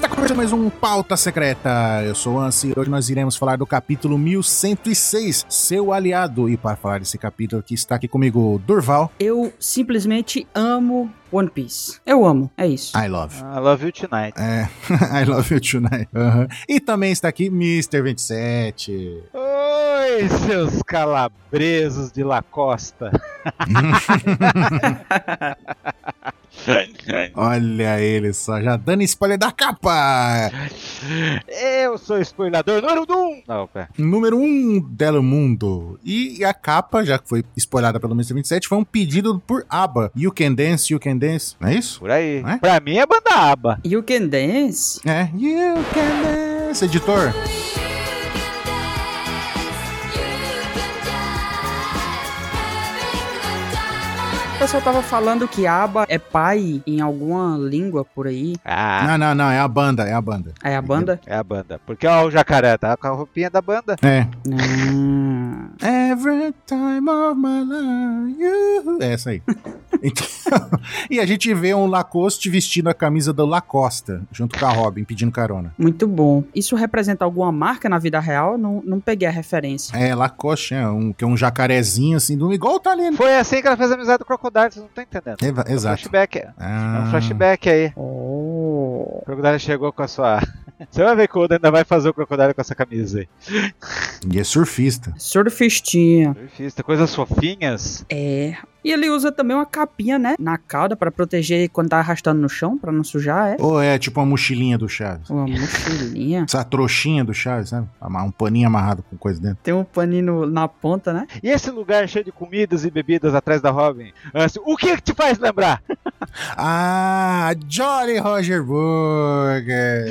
Está começando mais um Pauta Secreta. Eu sou o Ansi e hoje nós iremos falar do capítulo 1106, Seu Aliado. E para falar desse capítulo que está aqui comigo, Durval. Eu simplesmente amo One Piece. Eu amo, é isso. I love. I love you tonight. I love you tonight. E também está aqui Mr. 27. Oi, seus calabresos de Lacosta. Olha ele só, já dando spoiler da capa. Eu sou o spoilador número 1. Não, pera. Número 1 del mundo. E a capa, já que foi spoilada pelo Mr. 27, foi um pedido por ABBA. You Can Dance, You Can Dance. Não é isso? Por aí. É? Pra mim é banda ABBA. You Can Dance? É. You Can Dance, editor. O pessoal tava falando que Aba é pai em alguma língua por aí. Ah, Não, é a banda, é a banda. É a banda? é a banda. Porque ó, o jacaré tá com a roupinha da banda. É. Ah. Every time of my life, you... É essa aí. Então, e a gente vê um Lacoste vestindo a camisa do Lacosta, junto com a Robin, pedindo carona. Muito bom. Isso representa alguma marca na vida real? Não peguei a referência. É, Lacoste, que é um jacarezinho assim, igual tá ali. Foi assim que ela fez amizade com o Crocodile, vocês não estão entendendo. É um Exato. flashback. É um flashback aí. Oh. O Crocodile chegou com a sua... Você vai ver que o Oda ainda vai fazer o Crocodile com essa camisa aí. E é surfista. Surfistinha. Surfista, coisas fofinhas. É. E ele usa também uma capinha, né? Na cauda pra proteger quando tá arrastando no chão, pra não sujar, é? Ou é tipo uma mochilinha do Chaves. Uma mochilinha. Essa trouxinha do Chaves, sabe? Um paninho amarrado com coisa dentro. Tem um paninho na ponta, né? E esse lugar cheio de comidas e bebidas atrás da Robin? Assim, o que te faz lembrar? Ah, Jolly Roger Burger.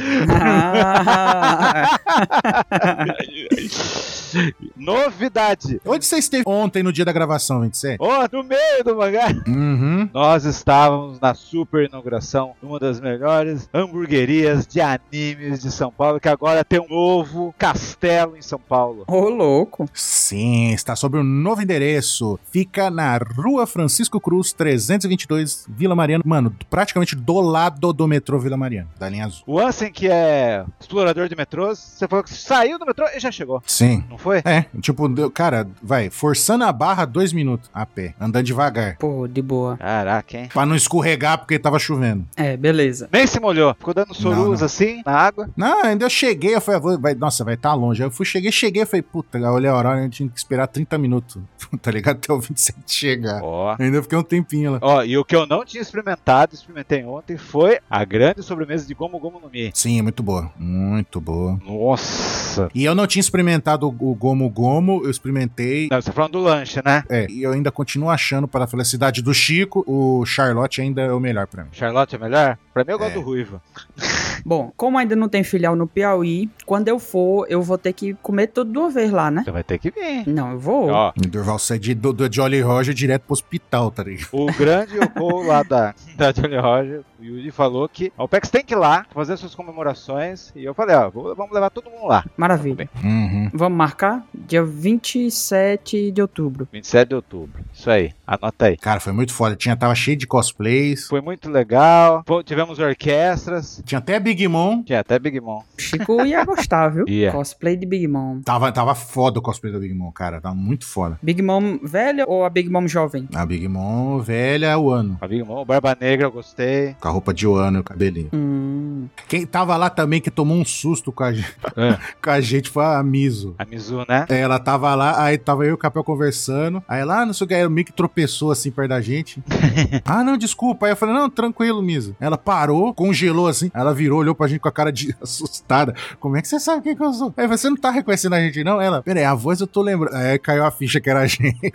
Novidade! Onde você esteve ontem no dia da gravação, 27? Ó, no meio do mangá! Uhum. Nós estávamos na super inauguração de uma das melhores hamburguerias de animes de São Paulo, que agora tem um novo castelo em São Paulo. Ô, louco. Sim, está sob um novo endereço. Fica na Rua Francisco Cruz, 322, Vila Mariana. Mano, praticamente do lado do metrô Vila Mariana, da linha azul. O Ansem, que é explorador de metrôs, você falou que saiu do metrô e já chegou. Sim. Não foi? É, tipo, cara, vai, forçando a barra 2 minutos a pé, andando devagar. Pô, de boa. Caraca, hein? Pra não escorregar porque tava chovendo. É, beleza. Nem se molhou. Ficou dando sorus Não. assim, na água. Não, ainda eu cheguei, eu falei, nossa, vai estar longe. Aí eu cheguei, eu falei, puta, eu olhei a hora, a gente tinha que esperar 30 minutos, tá ligado? Até o 27 chegar. Ó. Ainda fiquei um tempinho lá. Ó, e o que eu não tinha experimentado, experimentei ontem, foi a grande sobremesa de Gomu Gomu no Mi. Sim, é muito boa. Muito boa. Nossa. E eu não tinha experimentado o Gomu Gomu, eu experimentei. Não, você tá falando do lanche, né? É, e eu ainda continuo achando, para a felicidade do Chico, o Charlotte ainda é o melhor pra mim. Charlotte é melhor? Pra mim eu gosto É. do Ruivo. Bom, como ainda não tem filial no Piauí, quando eu for, eu vou ter que comer tudo de uma vez lá, né? Você vai ter que vir. Não, eu vou. Ó, O Durval sai do Jolly Roger direto pro hospital, tá ligado? o grande Yoko lá da Jolly Roger, o Yuji, falou que a OPEX tem que ir lá fazer suas comemorações. E eu falei, ó, vamos levar todo mundo lá. Maravilha. Uhum. Vamos marcar? Dia 27 de outubro. 27 de outubro. Isso aí, anota aí. Cara, foi muito foda. Tava cheio de cosplays. Foi muito legal. Tivemos orquestras. Tinha até Big Mom. Tinha até Big Mom. Chico ia gostar, viu? Ia. Cosplay de Big Mom. Tava foda o cosplay da Big Mom, cara. Tava muito foda. Big Mom velha ou a Big Mom jovem? A Big Mom velha, o ano. A Big Mom, Barba Negra, eu gostei. Com a roupa de Wano e o cabelinho. Quem tava lá também que tomou um susto com a gente foi a Miso. A Mizu, né? É, ela tava lá, aí tava eu e o Capel conversando. Aí ela, não sei o que, aí o Mickey tropeçou assim perto da gente. Não, desculpa. Aí eu falei, não, tranquilo, Miso. Ela parou, congelou assim. Aí ela virou, olhou pra gente com a cara de assustada. Como é que você sabe quem que eu sou? Aí eu falei, você não tá reconhecendo a gente, não? Ela, peraí, a voz eu tô lembrando. Aí caiu a ficha que era a gente.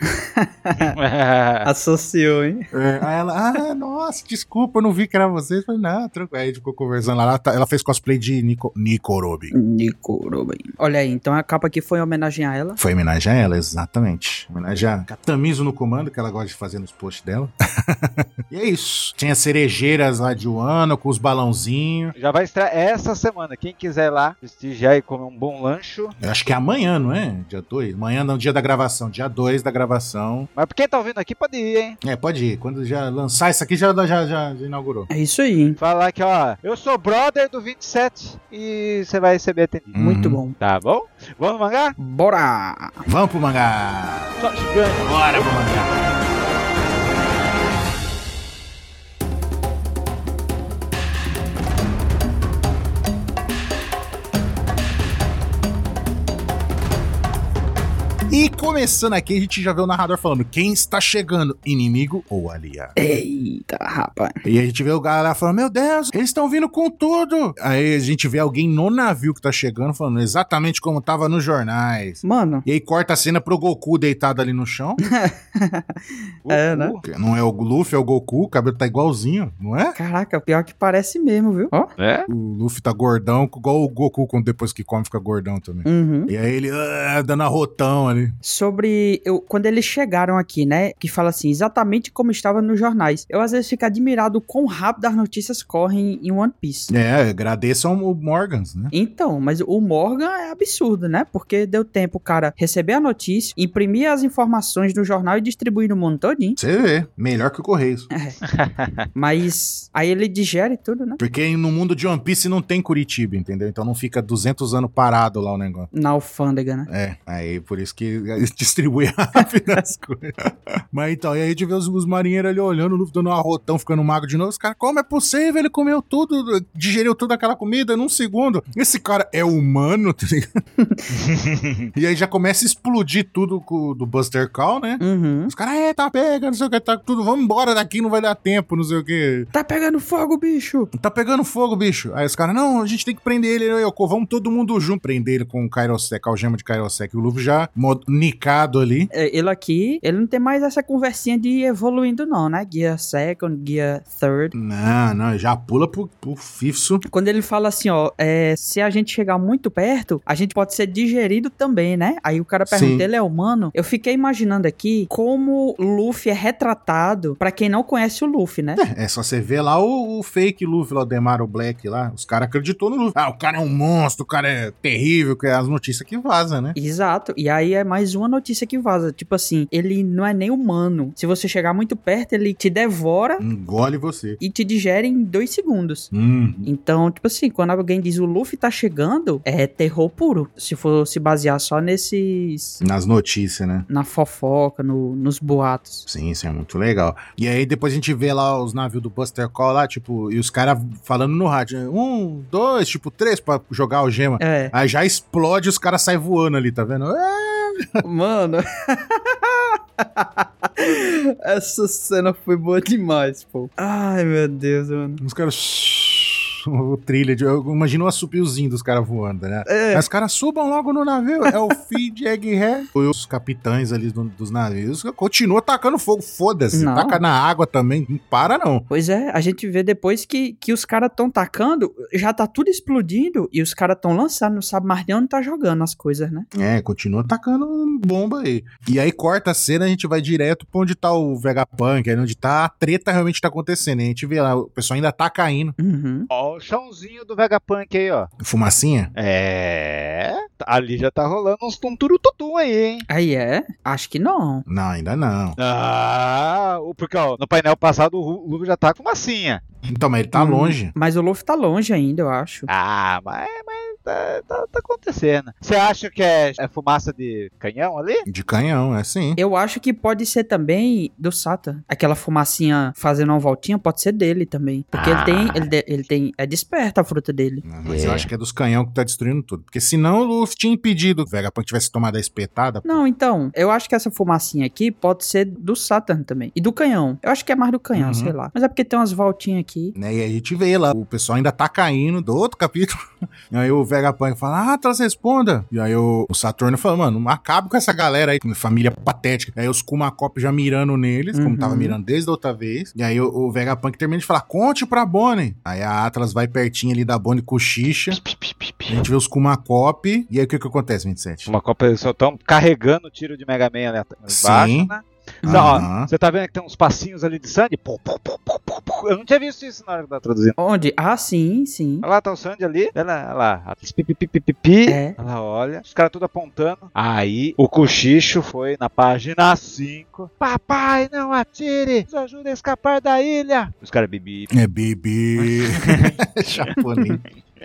Associou, hein? Aí ela, nossa, desculpa, eu não vi que era você. Eu falei, não, tranquilo. Aí a gente ficou conversando lá. Ela fez cosplay de Nico Robin. Nico Robin. Olha aí, então a capa aqui foi em homenagem a ela. Foi em homenagem a ela, exatamente. Homenagem a Tamizo no comando, que ela gosta de fazer nos posts dela. E é isso. Tinha cerejeiras lá de Wano com os balãozinhos. Já vai estrear essa semana. Quem quiser ir lá prestigiar e comer um bom lancho. Eu acho que é amanhã, não é? Dia 2? Amanhã não, dia da gravação. Dia 2 da gravação. Mas pra quem tá ouvindo aqui, pode ir, hein? É, pode ir. Quando já lançar isso aqui, já inaugurou. É isso aí, hein? Falar que, ó, eu sou brother do 27 e você vai receber atendido. Muito bom. Tá bom? Vamos no mangá? Bora! Vamos pro mangá. Só gigante. Bora pro mangá. E começando aqui, a gente já vê o narrador falando: quem está chegando, inimigo ou aliado? Eita, rapaz. E a gente vê o galera falando: meu Deus, eles estão vindo com tudo. Aí a gente vê alguém no navio que tá chegando falando exatamente como tava nos jornais. Mano. E aí corta a cena pro Goku deitado ali no chão. É, né? Não é o Luffy, é o Goku, o cabelo tá igualzinho, não é? Caraca, pior que parece mesmo, viu? Ó. É? O Luffy tá gordão, igual o Goku quando depois que come fica gordão também. Uhum. E aí ele dando arrotão ali. Sobre quando eles chegaram aqui, né? Que fala assim, exatamente como estava nos jornais. Eu às vezes fico admirado quão rápido as notícias correm em One Piece. É, agradeçam o Morgans, né? Então, mas o Morgan é absurdo, né? Porque deu tempo o cara receber a notícia, imprimir as informações no jornal e distribuir no mundo todinho. Você vê, melhor que o Correios. Mas aí ele digere tudo, né? Porque no mundo de One Piece não tem Curitiba, entendeu? Então não fica 200 anos parado lá o negócio. Na alfândega, né? É, aí por isso que distribui rápido as coisas. Mas então, aí a gente vê os marinheiros ali olhando, o Luffy dando um arrotão, ficando magro de novo. Os caras, como é possível? Ele comeu tudo, digeriu toda aquela comida num segundo. Esse cara é humano, tá ligado? E aí já começa a explodir tudo do Buster Call, né? Uhum. Os caras, tá pega, não sei o que, tá tudo, vamos embora daqui, não vai dar tempo, não sei o que. Tá pegando fogo, bicho! Tá pegando fogo, bicho. Aí os caras, não, a gente tem que prender ele, Yoko, vamos todo mundo junto. Prender ele com o Kairosek, a algema de Kairosek. O Luffy já nicado ali. Ele aqui, ele não tem mais essa conversinha de ir evoluindo não, né? Gear Second, Gear Third. Não, já pula pro Fifso. Quando ele fala assim, ó, se a gente chegar muito perto, a gente pode ser digerido também, né? Aí o cara pergunta, Sim. ele é humano? Eu fiquei imaginando aqui como Luffy é retratado pra quem não conhece o Luffy, né? É só você ver lá o fake Luffy lá, o Demaru Black lá. Os caras acreditou no Luffy. Ah, o cara é um monstro, o cara é terrível, que é as notícias que vazam, né? Exato. E aí é mais uma notícia que vaza. Tipo assim, ele não é nem humano. Se você chegar muito perto, ele te devora Engole você. e te digere em 2 segundos. Então, tipo assim, quando alguém diz o Luffy tá chegando, é terror puro. Se for se basear só nesses... Nas notícias, né? Na fofoca, nos boatos. Sim, isso é muito legal. E aí depois a gente vê lá os navios do Buster Call lá, tipo, e os caras falando no rádio, né? 1, 2, tipo, 3 pra jogar algema. É. Aí já explode e os caras saem voando ali, tá vendo? Mano... Essa cena foi boa demais, pô. Ai, meu Deus, mano. Os caras... O trilha, eu imagino o assopiozinho dos caras voando, né? Mas os caras subam logo no navio. É o fim de Egghead. Os capitães ali dos navios continuam tacando fogo. Foda-se. Não. Taca na água também. Não para, não. Pois é, a gente vê depois que os caras tão tacando, já tá tudo explodindo e os caras tão lançando, não sabe mais de onde tá jogando as coisas, né? Continua tacando bomba aí. E aí corta a cena, a gente vai direto pra onde tá o Vegapunk, aí onde tá a treta realmente tá acontecendo. E a gente vê lá, o pessoal ainda tá caindo. Uhum. Ó, o chãozinho do Vegapunk aí, ó. Fumacinha? Ali já tá rolando uns tunturututum aí, hein? Aí acho que não. Não, ainda não. Porque ó, no painel passado o Luffy já tá com massinha. Então, mas ele tá longe. Mas o Luffy tá longe ainda, eu acho. Mas tá acontecendo. Você acha que é fumaça de canhão ali? De canhão, é sim. Eu acho que pode ser também do Satan. Aquela fumacinha fazendo uma voltinha pode ser dele também. Porque ele tem... É desperta a fruta dele. Não, mas eu acho que é dos canhão que tá destruindo tudo. Porque senão o Luffy tinha impedido que o Vegapunk tivesse tomado a espetada. Não, então, eu acho que essa fumacinha aqui pode ser do Saturn também. E do canhão. Eu acho que é mais do canhão, sei lá. Mas é porque tem umas voltinhas aqui. Né, e a gente vê lá, o pessoal ainda tá caindo do outro capítulo. E aí o Vegapunk fala, Atlas, responda. E aí o Saturno fala, mano, acabe com essa galera aí, família patética. Aí os Kumakop já mirando neles, como tava mirando desde a outra vez. E aí o Vegapunk termina de falar, conte pra Bonnie. Aí a Atlas vai pertinho ali da Bonnie com Xixa. A gente vê os Kumakop. E aí o que acontece, 27? Uma Copa eles só estão carregando o tiro de Mega Man ali embaixo, Sim. né? Ó, você tá vendo que tem uns passinhos ali de Sandy? Eu não tinha visto isso na hora que eu tava traduzindo. Onde? Ah, sim. Olha lá, tá o Sandy ali. Olha lá. Pipipipipipi. É. Ela olha. Os caras tudo apontando. Aí, o cochicho foi na página 5. Papai, não atire! Nos ajuda a escapar da ilha! Os caras bebi. É bebê. Japonês.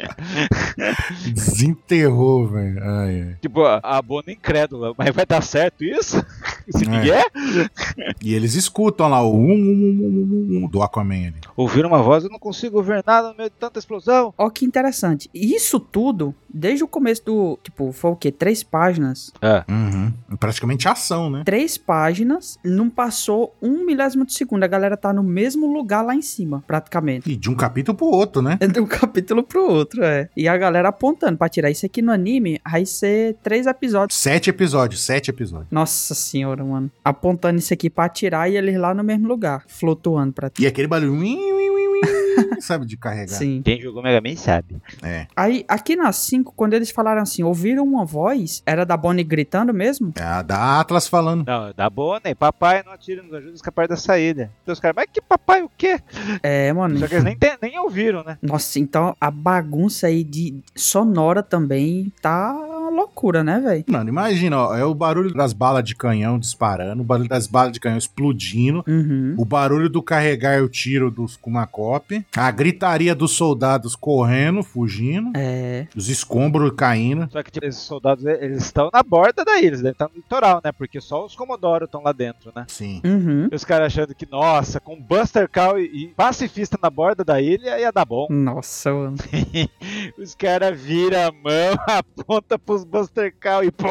Desenterrou, velho. Ai. Tipo, a Bonnie incrédula. Mas vai dar certo isso? Esse Miguel? E eles escutam lá o do Aquaman ali. Ouviram uma voz, eu não consigo ver nada no meio de tanta explosão. Ó, que interessante. Isso tudo, desde o começo do... Tipo, foi o quê? 3 páginas? Praticamente ação, né? 3 páginas, não passou 1 milésimo de segundo. A galera tá no mesmo lugar lá em cima, praticamente. E de um capítulo pro outro, né? De um capítulo pro outro, E a galera apontando pra tirar isso aqui no anime, vai ser 3 episódios. 7 episódios. Nossa senhora, mano. Apontando isso aqui pra tirar e eles lá no mesmo lugar, flutuando pra E aquele barulho, sabe, de carregar. Sim. Quem jogou Mega Man sabe. É. Aí, aqui na 5, quando eles falaram assim, ouviram uma voz, era da Bonnie gritando mesmo? É a da Atlas falando. Não, é da Bonnie. Papai, não atire, nos ajuda a escapar dessa ilha. Então os caras, mas que papai o quê? É, mano. Só que eles nem ouviram, né? Nossa, então a bagunça aí de sonora também tá uma loucura, né, velho? Mano, imagina, ó, é o barulho das balas de canhão disparando, o barulho das balas de canhão explodindo, o barulho do carregar e o tiro dos Kumakop, a gritaria dos soldados correndo, fugindo, os escombros caindo. Só que tipo, esses soldados, eles estão na borda da ilha, eles devem estar no litoral, né? Porque só os Comodoro estão lá dentro, né? Sim. E os caras achando que, nossa, com Buster Call e pacifista na borda da ilha, ia dar bom. Nossa, mano. Os caras viram a mão, aponta pros Buster Call e pô!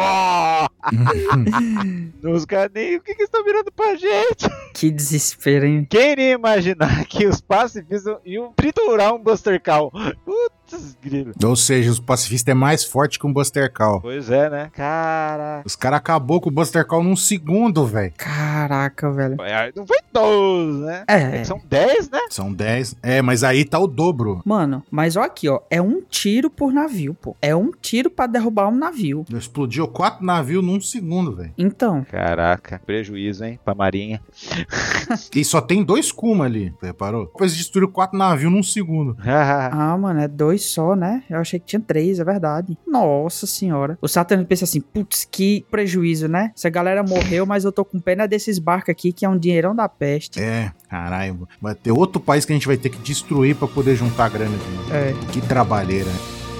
Os caras nem, o que eles estão virando pra gente? Que desespero, hein? Quem iria imaginar que os pacifistas iam triturar um Buster Call? Putz, grilo. Ou seja, os pacifistas é mais forte que um Buster Call. Pois é, né? Cara. Os caras acabou com o Buster Call num segundo, velho. Caraca, velho. Não foi 12, né? É. São 10, né? São 10. É, mas aí tá o dobro. Mano, mas ó aqui, ó. É um tiro por navio, pô. É um tiro pra derrubar um navio. Explodiu 4 navios num segundo, velho. Então. Caraca, prejuízo, hein? Pra marinha. E só tem 2 Kuma ali, reparou? Depois destruiu 4 navios num segundo. Ah, mano, é 2 só, né? Eu achei que tinha 3, é verdade. Nossa senhora. O Saturno pensa assim, putz, que prejuízo, né? Essa galera morreu, mas eu tô com pena desses barcos aqui, que é um dinheirão da peste. É, caralho. Vai ter outro país que a gente vai ter que destruir pra poder juntar grana de novo. É. Que trabalheira.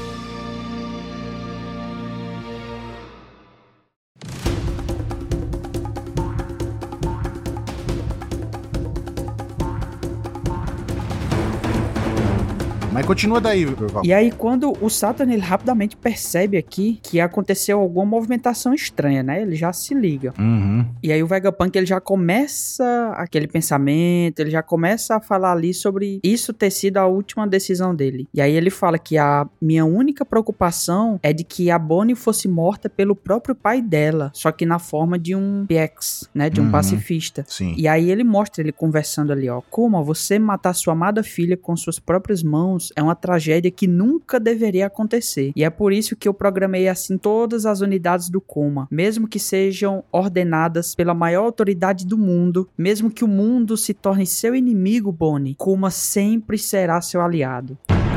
Mas continua daí, Durval. E aí, quando o Saturn, ele rapidamente percebe aqui que aconteceu alguma movimentação estranha, né? Ele já se liga. E aí o Vegapunk, ele já começa aquele pensamento, ele já começa a falar ali sobre isso ter sido a última decisão dele. E aí ele fala que a minha única preocupação é de que a Bonnie fosse morta pelo próprio pai dela, só que na forma de um PX, né? De um pacifista. Sim. E aí ele mostra ele conversando ali, ó. Kuma, você matar sua amada filha com suas próprias mãos é uma tragédia que nunca deveria acontecer. E é por isso que eu programei assim todas as unidades do Kuma, mesmo que sejam ordenadas pela maior autoridade do mundo, mesmo que o mundo se torne seu inimigo, Bonnie, Kuma sempre será seu aliado.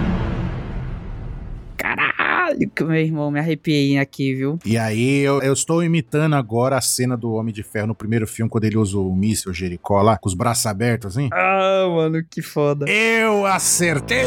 Caralho, que meu irmão, me arrepiei aqui, viu? E aí, eu estou imitando agora a cena do Homem de Ferro no primeiro filme, quando ele usa o míssil Jericó lá, com os braços abertos, assim. Ah, mano, que foda. Eu acertei!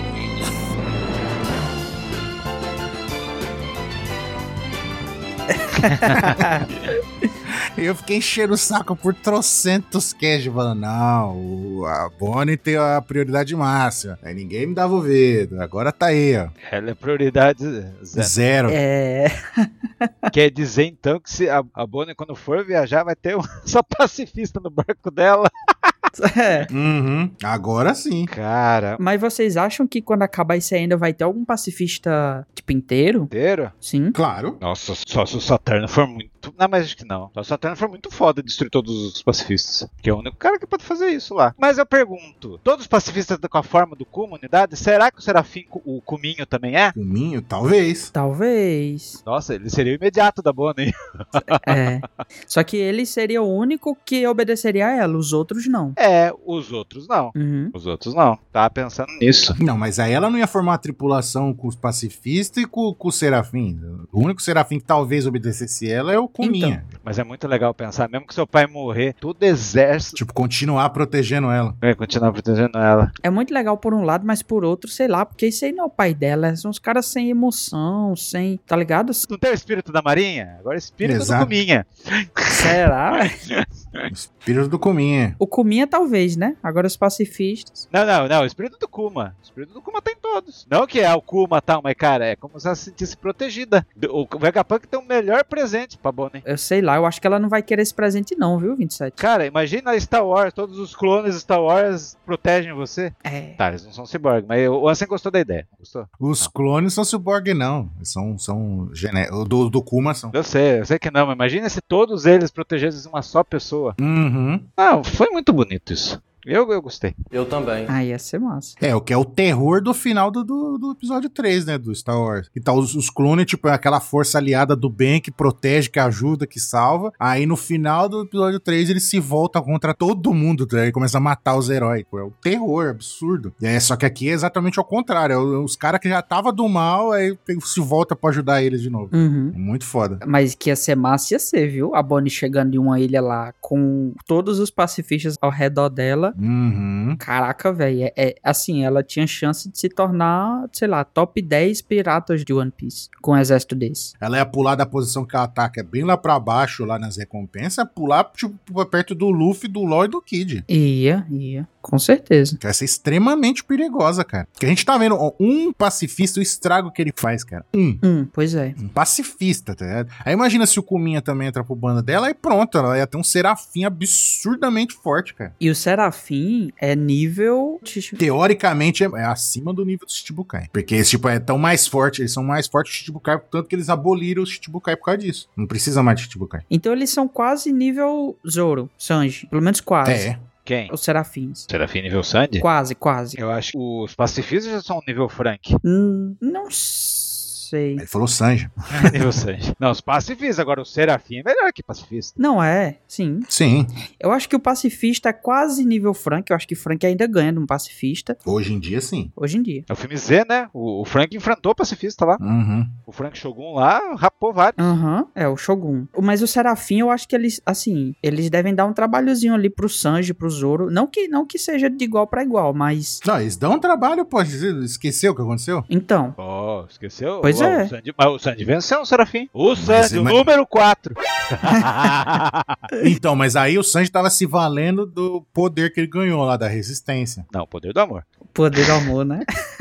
Eu fiquei enchendo o saco por trocentos queijos, falando, não, a Bonnie tem a prioridade máxima. Aí ninguém me dava ouvido, agora tá aí, ó. Ela é prioridade Zero. É. Quer dizer, então, que se a Bonnie, quando for viajar, vai ter só pacifista no barco dela. É. Agora sim. Cara. Mas vocês acham que quando acabar isso aí ainda vai ter algum pacifista, tipo, inteiro? Inteiro? Sim. Claro. Nossa, só se o Saturno for muito Não, mas acho que não. O Saturno foi muito foda destruir todos os pacifistas. Que é o único cara que pode fazer isso lá. Mas eu pergunto, todos os pacifistas com a forma do Kuma, unidade, será que o Serafim, o Kuminho também é? Kuminho? Talvez. Talvez. Nossa, ele seria o imediato da Bonnie. É. Só que ele seria o único que obedeceria a ela, os outros não. Os outros não. Uhum. Os outros não. Tava pensando nisso. Não, mas aí ela não ia formar uma tripulação com os pacifistas e com o Serafim. O único Serafim que talvez obedecesse ela é o Kuminha. Então. Mas é muito legal pensar, mesmo que seu pai morrer, todo exército... Tipo, continuar protegendo ela. Continuar protegendo ela. É muito legal por um lado, mas por outro, sei lá, porque isso aí não é o pai dela, são os caras sem emoção, sem, tá ligado? Não tem o espírito da Marinha? Agora é o espírito do Kuminha. Será? O espírito do Kuminha. O Kuminha talvez, né? Agora os pacifistas. Não, o espírito do Kuma. O espírito do Kuma tem todos. Não que é o Kuma tal, mas cara, é como se ela se sentisse protegida. O Vegapunk tem o melhor presente pra Bonnie. Eu sei lá, eu acho que ela não vai querer esse presente não, viu, 27? Cara, imagina Star Wars, todos os clones Star Wars protegem você. É. Tá, eles não são cyborg, mas o Ansem gostou da ideia. Gostou? Os clones são cyborg, não. São do Kuma são. Eu sei que não, mas imagina se todos eles protegessem uma só pessoa. Uhum. Não, foi muito bonito isso. Eu gostei. Eu também. Ah, ia ser massa. O que é o terror do final do episódio 3, né, do Star Wars. E tá os clones, tipo, é aquela força aliada do bem que protege, que ajuda, que salva. Aí no final do episódio 3 ele se volta contra todo mundo, tá? Ele começa a matar os heróis. É o terror, absurdo. Só que aqui é exatamente ao contrário. É os caras que já tava do mal, aí se volta pra ajudar eles de novo. Uhum. Muito foda. Mas que ia ser massa, ia ser, viu? A Bonnie chegando em uma ilha lá com todos os pacifistas ao redor dela. Uhum. Caraca, velho, assim, ela tinha chance de se tornar, sei lá, top 10 piratas de One Piece, com um exército desse. Ela ia pular da posição que ela tá, que é bem lá pra baixo, lá nas recompensas, pular, tipo, perto do Luffy, do Law e do Kid. Ia, com certeza. Vai ser extremamente perigosa, cara. Porque a gente tá vendo um pacifista, o estrago que ele faz, cara. Pois é. Um pacifista, tá ligado? Aí imagina se o Kuminha também entra pro bando dela, aí pronto, ela ia ter um Serafim absurdamente forte, cara. E o Serafim é nível... Teoricamente é acima do nível do Shichibukai. Porque esse tipo é tão mais forte, eles são mais fortes que o Shichibukai, tanto que eles aboliram o Shichibukai por causa disso. Não precisa mais de Shichibukai. Então eles são quase nível Zoro, Sanji. Pelo menos quase. É. Quem? Os Serafins. Serafim nível Sandy? Quase. Eu acho que os pacifistas já são nível Frank. Não sei. Ele falou Sanji. Nível Sanji. Não, os pacifistas. Agora o Serafim é melhor que pacifista. Não é, sim. Sim. Eu acho que o pacifista é quase nível Frank. Eu acho que Frank ainda ganha de um pacifista. Hoje em dia, sim. Hoje em dia. É o filme Z, né? O Frank enfrentou o pacifista lá. Uhum. O Frank Shogun lá rapou vários. É o Shogun. Mas o Serafim, eu acho que eles, assim, eles devem dar um trabalhozinho ali pro Sanji, pro Zoro. Não que seja de igual pra igual, mas... Não, eles dão um trabalho, pô. Esqueceu o que aconteceu? Então. Oh, esqueceu? Pois é. O Sanji venceu o Serafim. O Sanji, o número 4. Então, mas aí o Sanji tava se valendo do poder que ele ganhou lá, da resistência. Não, o poder do amor. Poder do amor, né?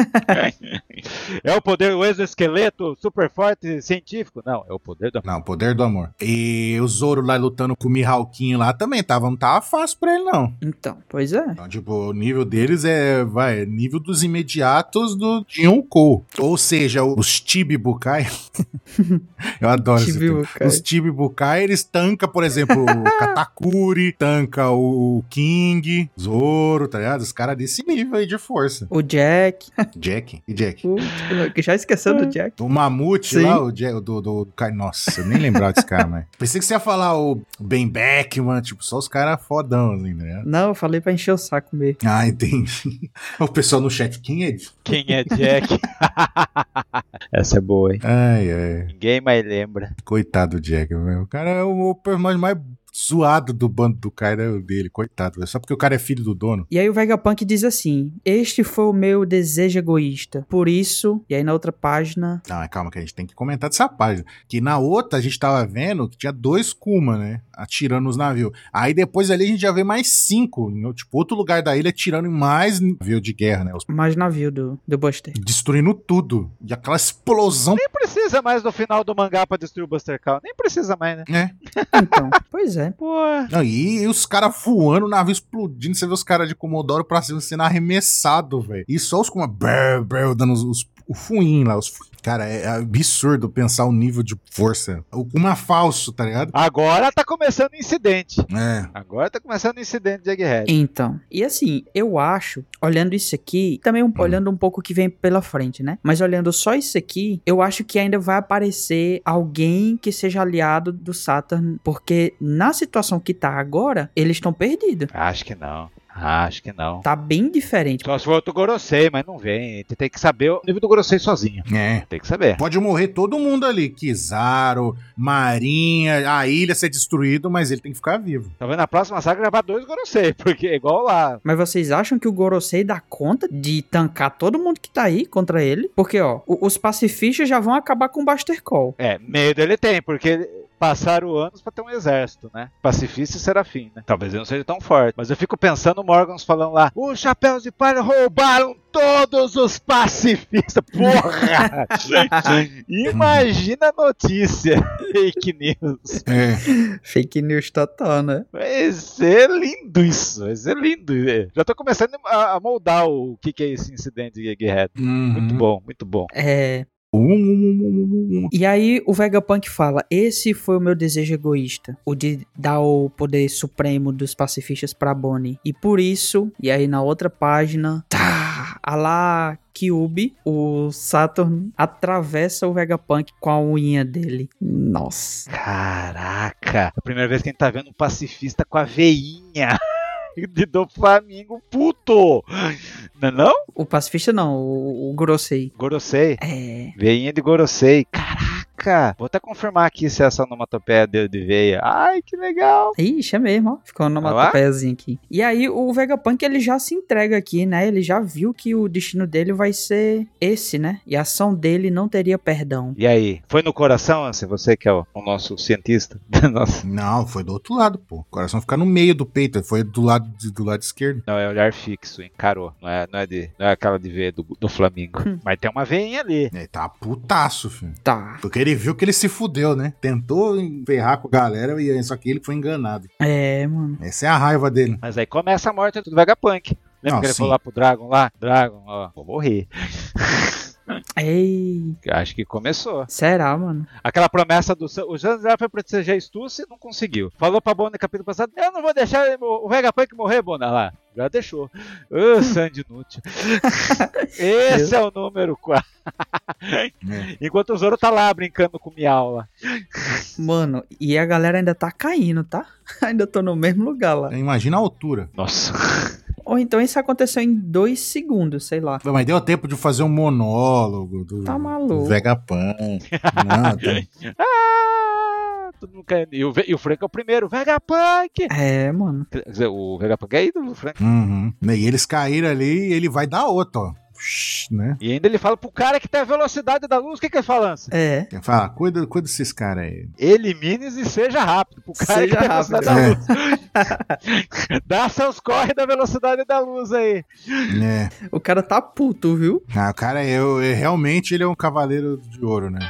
É o poder, o exoesqueleto super forte científico? Não, é o poder do amor. Não, o poder do amor. E o Zoro lá lutando com o Mihawkinho lá também não tava fácil pra ele, não. Então, pois é. Então, tipo, o nível deles é nível dos imediatos do Yonkou. Ou seja, os Chibibukai. Eu adoro esse termo. Os Chibibukai, eles tancam, por exemplo, o Katakuri, tanca o King, Zoro, tá ligado? Os caras desse nível aí de força. O Jack. Jack? E Jack? Já esqueceu do Jack. O Mamute Sim. lá, o Jack, do Nossa, eu nem lembrava desse cara, mas... Pensei que você ia falar o Ben Beckman, tipo, só os caras fodão, assim, né? Não, eu falei pra encher o saco mesmo. Ah, entendi. O pessoal no chat, quem é? Quem é Jack? Essa é boa, hein? Ai. Ninguém mais lembra. Coitado do Jack, meu. O cara é o personagem mais zoado do bando do cara dele, coitado. Só porque o cara é filho do dono. E aí o Vegapunk diz assim: este foi o meu desejo egoísta. Por isso... E aí na outra página... Não, mas calma que a gente tem que comentar dessa página. Que na outra a gente tava vendo que tinha 2 Kuma, né? Atirando nos navios. Aí depois ali a gente já vê mais 5. Tipo, outro lugar da ilha atirando em mais navio de guerra, né? Mais navio do Buster. Destruindo tudo. E aquela explosão. Nem precisa mais no final do mangá pra destruir o Buster Call. Nem precisa mais, né? É. Então, pois é. Pô. Não, e os caras voando, o navio explodindo. Você vê os caras de Comodoro pra cima sendo arremessado, velho. E só os Kuma dando os O Fuin lá, cara, é absurdo pensar o nível de força. O Kuma falso, tá ligado? Agora tá começando o incidente. Agora tá começando o incidente de Egghead. Então, e assim, eu acho, olhando isso aqui, também olhando um pouco o que vem pela frente, né? Mas olhando só isso aqui, eu acho que ainda vai aparecer alguém que seja aliado do Saturn, porque na situação que tá agora, eles estão perdidos. Acho que não. Acho que não. Tá bem diferente. Só se for outro Gorosei, mas não vem. Você tem que saber o nível do Gorosei sozinho. Tem que saber. Pode morrer todo mundo ali. Kizaru, Marinha, a ilha ser destruído, mas ele tem que ficar vivo. Talvez na próxima saga gravar 2 Gorosei, porque é igual lá. Mas vocês acham que o Gorosei dá conta de tancar todo mundo que tá aí contra ele? Porque, ó, os pacifistas já vão acabar com o Buster Call. Medo ele tem, porque passaram anos pra ter um exército, né? Pacifista e Serafim, né? Talvez ele não seja tão forte. Mas eu fico pensando o Morgans falando lá, os chapéus de palha roubaram todos os pacifistas. Porra! Imagina a notícia. Fake news. Fake news total, né? Vai ser lindo isso. Vai ser lindo. Já tô começando a moldar o que é esse incidente de Egghead. Muito bom, muito bom. E aí o Vegapunk fala, esse foi o meu desejo egoísta, o de dar o poder supremo dos pacifistas pra Bonnie. E por isso, e aí na outra página, a lá Kyuubi, o Saturn atravessa o Vegapunk com a unha dele. Nossa. Caraca, a primeira vez que a gente tá vendo um pacifista com a veinha do Flamengo puto. Não é não? O pacifista não, o Gorosei. Gorosei? Veinha de Gorosei. Caraca! Vou até confirmar aqui se essa onomatopeia deu de veia. Ai, que legal! Ixi, é mesmo, ó. Ficou uma onomatopeiazinha aqui. E aí o Vegapunk, ele já se entrega aqui, né? Ele já viu que o destino dele vai ser esse, né? E a ação dele não teria perdão. E aí? Foi no coração, Ansem? Você que é o nosso cientista? Nossa. Não, foi do outro lado, pô. O coração fica no meio do peito. Foi do lado esquerdo. Não, é olhar fixo, encarou. Não é aquela de veia do Flamengo. Mas tem uma veinha ali. Ele tá putaço, filho. Tá. Porque ele viu que ele se fudeu, né? Tentou ferrar com a galera, só que ele foi enganado. Mano. Essa é a raiva dele. Mas aí começa a morte do Vegapunk. Lembra que ele falou lá pro Dragon lá? Dragon, ó, vou morrer. Ei. Acho que começou. Será, mano? Aquela promessa do... O Janzera foi proteger Stussy e não conseguiu. Falou pra Bonnie no capítulo passado, eu não vou deixar o Vegapunk morrer, Bonnie. Lá, já deixou. Sandy inútil. Esse é o número 4. Enquanto o Zoro tá lá brincando com o Miau lá. Mano, e a galera ainda tá caindo, tá? Ainda tô no mesmo lugar lá. Imagina a altura. Nossa. Ou então isso aconteceu em 2 segundos, sei lá. Mas deu tempo de fazer um monólogo do, tá maluco. Do Vegapunk. Todo mundo caindo. E o Frank é o primeiro. Vegapunk! Mano. Quer dizer, o Vegapunk é ídolo, o Frank. E eles caíram ali e ele vai dar outra, ó. Né? E ainda ele fala pro cara que tem a velocidade da luz. O que ele fala, Ansem? Ele fala, cuida desses caras aí. Elimine-os e seja rápido. Pro cara seja que tem a velocidade da luz. Dá seus corre da velocidade da luz aí. O cara tá puto, viu? O cara, realmente ele é um cavaleiro de ouro, né?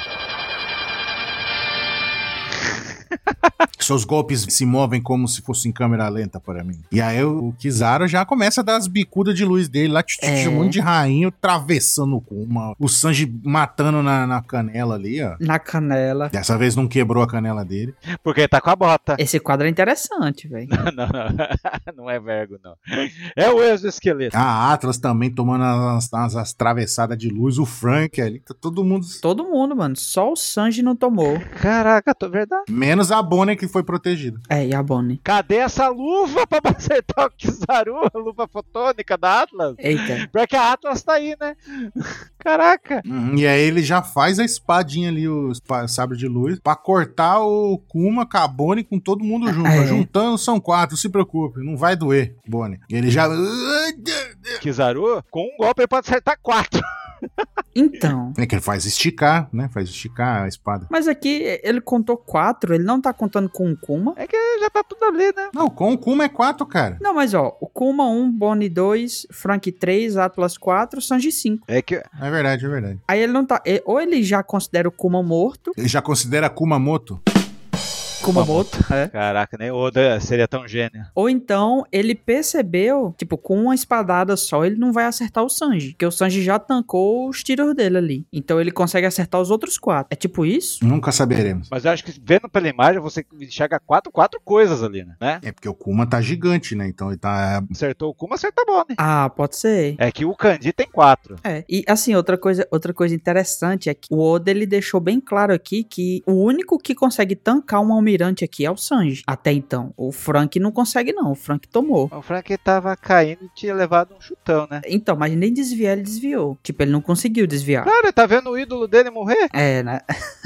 Seus golpes se movem como se fosse em câmera lenta para mim. E aí o Kizaru já começa a dar as bicudas de luz dele lá, um monte de rainho atravessando o Kuma. O Sanji matando na canela ali, ó. Na canela. Dessa vez não quebrou a canela dele. Porque ele tá com a bota. Esse quadro é interessante, velho. Não é vergo, não. É o exoesqueleto. A Atlas também tomando as travessadas de luz. O Frank ali, tá todo mundo... Todo mundo, mano. Só o Sanji não tomou. Caraca, verdade. Menos a Bonnie que foi protegida. E a Bonnie. Cadê essa luva pra acertar o Kizaru? A luva fotônica da Atlas? Eita. Porque a Atlas tá aí, né? Caraca. E aí ele já faz a espadinha ali, o sabre de luz, pra cortar o Kuma com a Bonnie com todo mundo junto. Juntando são 4, não se preocupe, não vai doer, Bonnie. Ele já... Kizaru, com um golpe ele pode acertar 4. Então. É que ele faz esticar, né? Faz esticar a espada. Mas aqui ele contou 4, ele não tá contando com o Kuma. É que já tá tudo ali, né? Não, com o Kuma é 4, cara. Não, mas ó, o Kuma 1, Bonnie 2, Frank 3, Atlas 4, Sanji 5. É que... É verdade, é verdade. Aí ele não tá... Ou ele já considera o Kuma morto... Ele já considera Kumamoto? Kumamoto. É. Caraca, nem Oda seria tão gênio. Ou então, ele percebeu, tipo, com uma espadada só, ele não vai acertar o Sanji. Porque o Sanji já tancou os tiros dele ali. Então ele consegue acertar os outros 4. É tipo isso? Nunca saberemos. Mas eu acho que vendo pela imagem, você enxerga quatro coisas ali, né? É porque o Kuma tá gigante, né? Então ele tá... Acertou o Kuma, acerta a Bonnie. Ah, pode ser. É que o Kanji tem 4. É, e assim, outra coisa interessante é que o Oda, ele deixou bem claro aqui que o único que consegue tancar um almirante aqui é o Sanji. Até então. O Frank não consegue não, o Frank tomou. O Frank tava caindo e tinha levado um chutão, né? Então, mas nem desviar ele desviou. Tipo, ele não conseguiu desviar. Claro, ele tá vendo o ídolo dele morrer? É, né?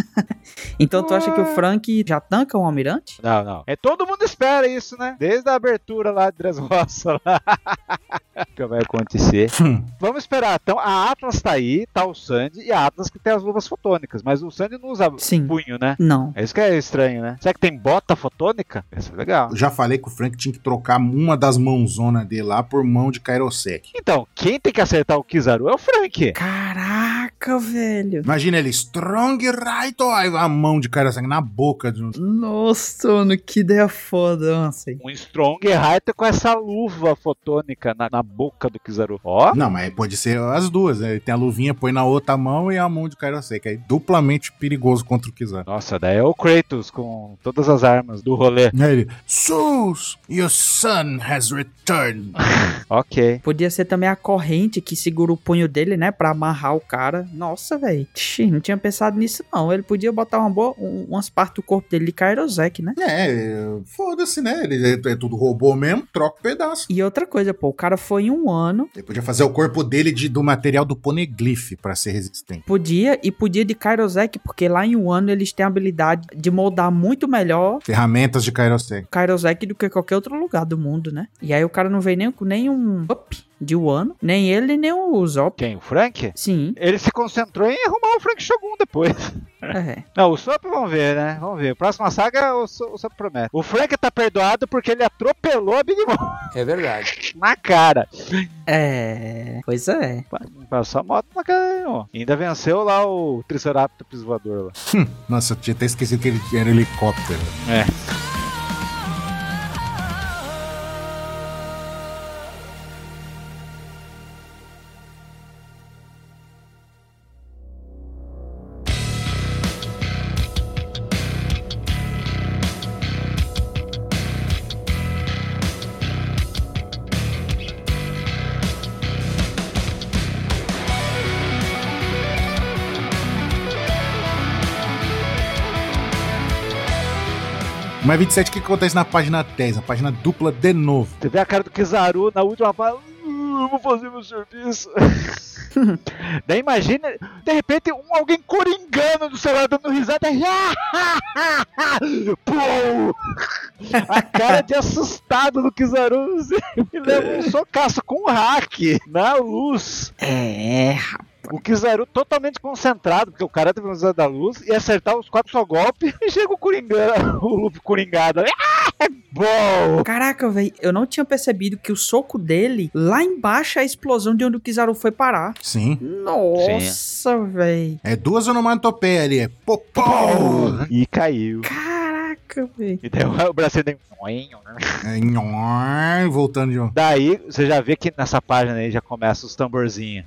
Então tu acha que o Frank já tanca um almirante? Não. É, todo mundo espera isso, né? Desde a abertura lá de Dressrosa lá. Que vai acontecer. Vamos esperar. Então, a Atlas tá aí, tá o Sandy e a Atlas que tem as luvas fotônicas. Mas o Sandy não usa punho, né? Não. É isso que é estranho, né? Será que tem bota fotônica? Isso é legal. Eu já falei que o Frank tinha que trocar uma das mãozonas dele lá por mão de Kairosek. Então, quem tem que acertar o Kizaru é o Frank. Caraca, velho. Imagina ele, Strong Right, aí a mão de Kairosek na boca. Nossa, mano, que ideia foda, nossa. Um Strong Right com essa luva fotônica na boca do Kizaru. Ó. Não, mas pode ser as duas, né? Ele tem a luvinha, põe na outra mão e a mão de Kairosek. Aí duplamente perigoso contra o Kizaru. Nossa, daí é o Kratos com todas as armas do rolê. Aí ele, Zeus, your son has returned. Ok. Podia ser também a corrente que segura o punho dele, né? Pra amarrar o cara. Nossa, velho. Não tinha pensado nisso, não. Ele podia botar umas partes do corpo dele de Kairosek, né? Foda-se, né? Ele é tudo robô mesmo, troca o pedaço. E outra coisa, pô, o cara foi em um ano. Ele podia fazer o corpo dele do material do Poneglyph pra ser resistente. Podia de Kairosek, porque lá em um ano eles têm a habilidade de moldar muito melhor ferramentas de Kairosek do que qualquer outro lugar do mundo, né? E aí o cara não veio nem com nenhum up de Wano, nem ele, nem o Usopp. Quem? O Frank? Sim. Ele se concentrou em arrumar o Frank Shogun depois. É. Não, o Usopp vamos ver, né? Vamos ver. Próxima saga, o Usopp promete. O Frank tá perdoado porque ele atropelou a Big Mom. É verdade. Na cara. É. Pois é. Passou a moto na cara. Ó. Ainda venceu lá o Triceratops voador lá. Nossa, eu tinha até esquecido que ele era helicóptero. É. Mas 27, o que acontece na página 10? A página dupla de novo. Você vê a cara do Kizaru na última página. Eu vou fazer meu serviço. Daí imagina, de repente, alguém coringando do celular dando risada. Pô! A cara de assustado do Kizaru. Me leva um socaço com um hack na luz. É, rapaz. O Kizaru totalmente concentrado, porque o cara teve usado da luz e acertar os 4 só golpes e chega o Coringano, o Luffy coringado. Bom! Caraca, velho, eu não tinha percebido que o soco dele, lá embaixo é a explosão de onde o Kizaru foi parar. Sim. Nossa, velho. É 2 onomatopeias ali, é popô! E caiu. Caraca, velho. E daí o bracinho dele... Voltando de novo. Daí, você já vê que nessa página aí já começa os tamborzinhos.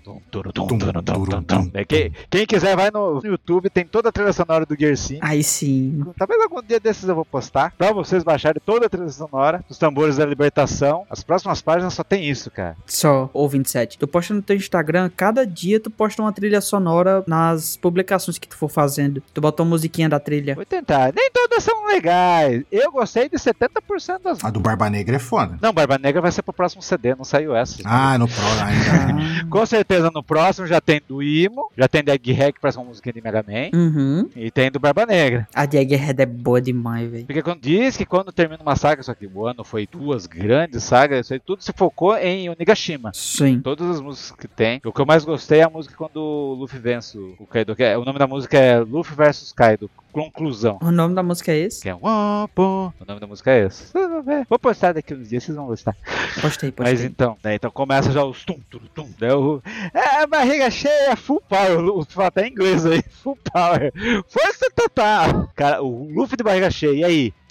Quem quiser vai no YouTube, tem toda a trilha sonora do Gear 5. Aí sim. Talvez algum dia desses eu vou postar, pra vocês baixarem toda a trilha sonora dos tambores da libertação. As próximas páginas só tem isso, cara. Só, ou 27. Tu posta no teu Instagram, cada dia tu posta uma trilha sonora nas publicações que tu for fazendo. Tu bota uma musiquinha da trilha. Vou tentar. Nem todas são legais. Eu gostei de 70% das... A do Barba Negra é foda. Não, Barba Negra vai ser pro próximo CD, não saiu essa. Ah, no próximo ainda. Com certeza no próximo já tem do Imo, já tem da Egghead, que parece uma música de Mega Man, e tem do Barba Negra. A de Egghead é boa demais, velho. Porque diz que quando termina uma saga, só que o ano foi 2 grandes sagas, isso aí tudo se focou em Onigashima. Sim. Todas as músicas que tem. O que eu mais gostei é a música quando o Luffy vence o Kaido. O nome da música é Luffy vs Kaido. Conclusão. O nome da música é esse? Que é o nome da música é esse. Vou postar daqui uns dias, vocês vão gostar. Postei. Mas então, então começa já os tum. Daí barriga cheia, full power. O fala até em inglês aí, full power. Força total. Cara, o Luffy de barriga cheia, e aí?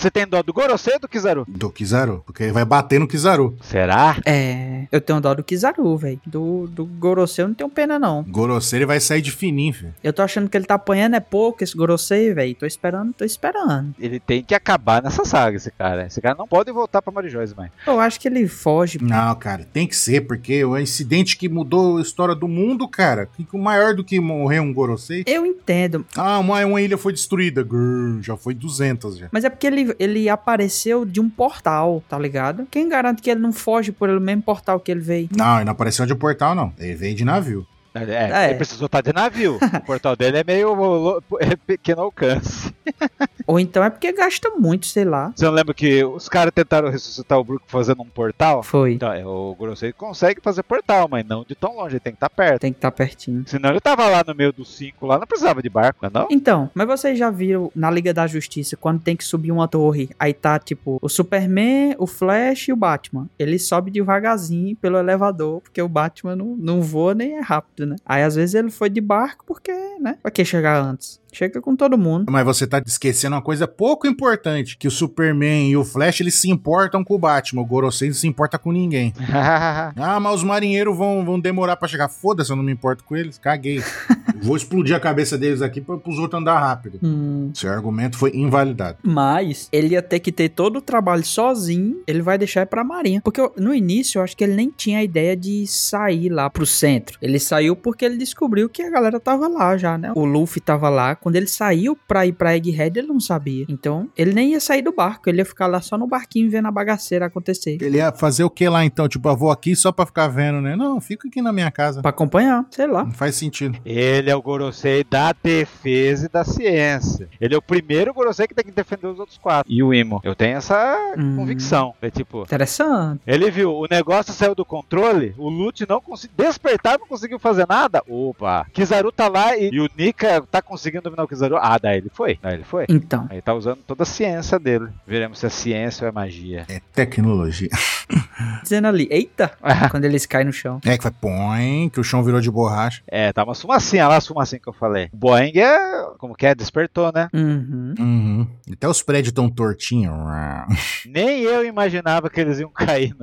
Você tem dó do Gorosei ou do Kizaru? Do Kizaru, porque ele vai bater no Kizaru. Será? Eu tenho dó do Kizaru, velho. Do Gorosei eu não tenho pena, não. Gorosei, ele vai sair de fininho, filho. Eu tô achando que ele tá apanhando pouco, esse Gorosei, velho. Tô esperando. Ele tem que acabar nessa saga, esse cara. Esse cara não pode voltar pra Mary Joyce, mais. Eu acho que ele foge. Não, cara, tem que ser, porque o incidente que mudou a história do mundo, cara, fica maior do que morrer um Gorosei. Eu entendo. Ah, uma ilha foi destruída. Grrr, já foi 200 já. Mas é porque ele apareceu de um portal, tá ligado? Quem garante que ele não foge por ele mesmo portal que ele veio? Não, ele não apareceu de portal, não. Ele veio de navio. Ele precisou estar de navio. O portal dele é meio pequeno alcance. Ou então é porque gasta muito, sei lá. Você não lembra que os caras tentaram ressuscitar o Brook fazendo um portal? Foi. Então, o Gorosei consegue fazer portal, mas não de tão longe, ele tem que estar perto. Tem que estar pertinho. Senão ele tava lá no meio dos 5, lá não precisava de barco, não? Então, mas vocês já viram na Liga da Justiça, quando tem que subir uma torre, aí tá tipo o Superman, o Flash e o Batman. Ele sobe devagarzinho pelo elevador, porque o Batman não voa nem é rápido, né? Aí às vezes ele foi de barco porque, né? Pra que chegar antes? Chega com todo mundo. Mas você tá esquecendo uma coisa pouco importante, que o Superman e o Flash, eles se importam com o Batman. O Gorosei não se importa com ninguém. Ah, mas os marinheiros vão demorar pra chegar. Foda-se, eu não me importo com eles. Caguei. Vou explodir a cabeça deles aqui pros outros andar rápido. Seu argumento foi invalidado. Mas ele ia ter que ter todo o trabalho sozinho. Ele vai deixar pra Marinha. Porque no início eu acho que ele nem tinha a ideia de sair lá pro centro. Ele saiu porque ele descobriu que a galera tava lá já, né? O Luffy tava lá. Quando ele saiu pra ir pra Egghead, ele não sabia. Então, ele nem ia sair do barco. Ele ia ficar lá só no barquinho vendo a bagaceira acontecer. Ele ia fazer o que lá então? Tipo, eu vou aqui só pra ficar vendo, né? Não, fica aqui na minha casa. Pra acompanhar, sei lá. Não faz sentido. Ele é o Gorosei da defesa e da ciência. Ele é o primeiro Gorosei que tem que defender os outros 4. E o Imo. Eu tenho essa convicção. É tipo... Interessante. Ele viu, o negócio saiu do controle, o Lute não conseguiu despertar, não conseguiu fazer nada. Opa. Kizaru tá lá e o Nika tá conseguindo dominar o Kizaru. Ah, daí ele foi. Então. Aí tá usando toda a ciência dele. Veremos se é ciência ou é magia. É tecnologia. Dizendo ali, eita, quando eles caem no chão. É que vai, põe, que o chão virou de borracha. É, tá uma fumacinha lá, as fumacinhas que eu falei. O Boeing como que é? Despertou, né? Uhum. Até os prédios estão tortinhos. Nem eu imaginava que eles iam cair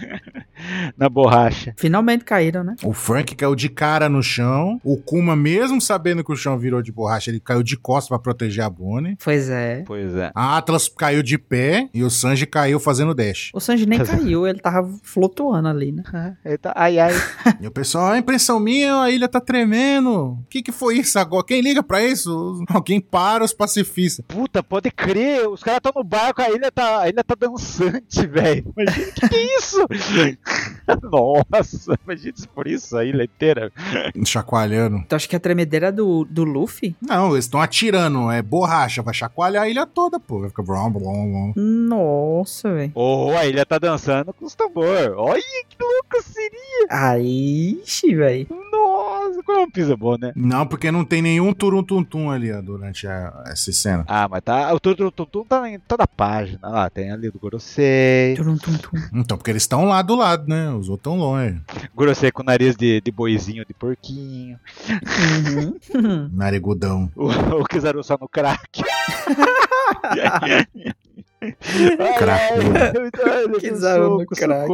na borracha. Finalmente caíram, né? O Frank caiu de cara no chão. O Kuma, mesmo sabendo que o chão virou de borracha, ele caiu de costas pra proteger a Bonnie. Pois é. A Atlas caiu de pé e o Sanji caiu fazendo dash. O Sanji nem caiu, ele tava flutuando ali, né? Eita, ai. E o pessoal, a impressão minha, a ilha tá tremendo. O que foi isso agora? Quem liga pra isso? Alguém para os pacifistas. Puta, pode crer. Os caras estão no barco, a ilha tá dançante, velho. Imagina, que é isso? Nossa, imagina se por isso a ilha inteira. Chacoalhando. Tu acha que a tremedeira é do Luffy? Não, eles estão atirando, é borracha, vai chacoalhar a ilha toda, pô. Vai ficar blom, blom, blom. Nossa, velho. A ilha tá dançando com os tambor. Olha que louco seria. Aí, velho. Nossa, como é um pisa bom, né? Não, porque não tem nenhum turum-tum-tum ali, ó, durante essa cena. Ah, mas tá. O turum-tum-tum tá em toda a página. Lá, tem ali do Gorosei. Turum-tum-tum. Então, porque eles estão lá do lado, né? Os outros estão longe. Gorosei com nariz de boizinho, de porquinho. Narigudão. O Kizaru só no crack. Cracudo. Kizaru no crack.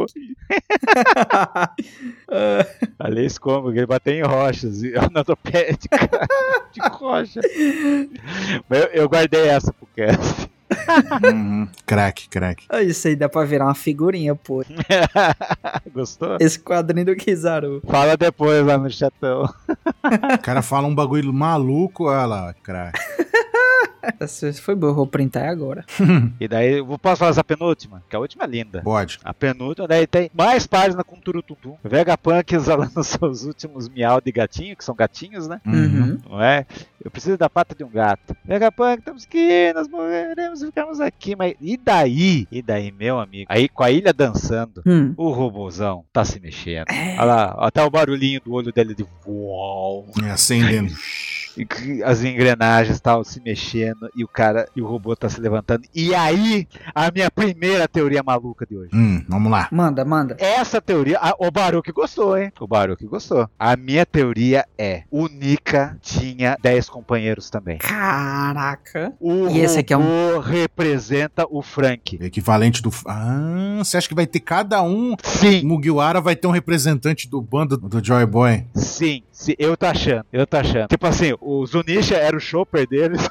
Aliás, como ele bateu em rochas, anatopédica de rocha. Eu guardei essa pro cast. Crack. Isso aí dá pra virar uma figurinha, pô. Gostou? Esse quadrinho do Kizaru. Fala depois lá no chatão. O cara fala um bagulho maluco, olha lá, crack. Essa foi boa, eu vou printar agora. E daí, posso falar essa penúltima? Que a última é linda. Pode. A penúltima, daí tem mais página com turututum. Vegapunk exalando seus últimos miau de gatinho, que são gatinhos, né? Não é? Eu preciso da pata de um gato. Vegapunk, temos que ir, nós morreremos e ficarmos aqui. Mas e daí, meu amigo? Aí com a ilha dançando, o robôzão tá se mexendo. Olha lá, até o barulhinho do olho dele de uau. Acendendo. E as engrenagens tal se mexendo e o robô tá se levantando. E aí, a minha primeira teoria maluca de hoje. Vamos lá. Manda. Essa teoria, o Baruch gostou, hein? O Baruch gostou. A minha teoria é: o Nika tinha 10 companheiros também. Caraca. O e esse aqui é robô representa o Frank. Equivalente do... você acha que vai ter cada um? Sim. Mugiwara vai ter um representante do bando do Joy Boy? Sim, eu tô achando. Tipo assim, o Zunisha era o chopper deles.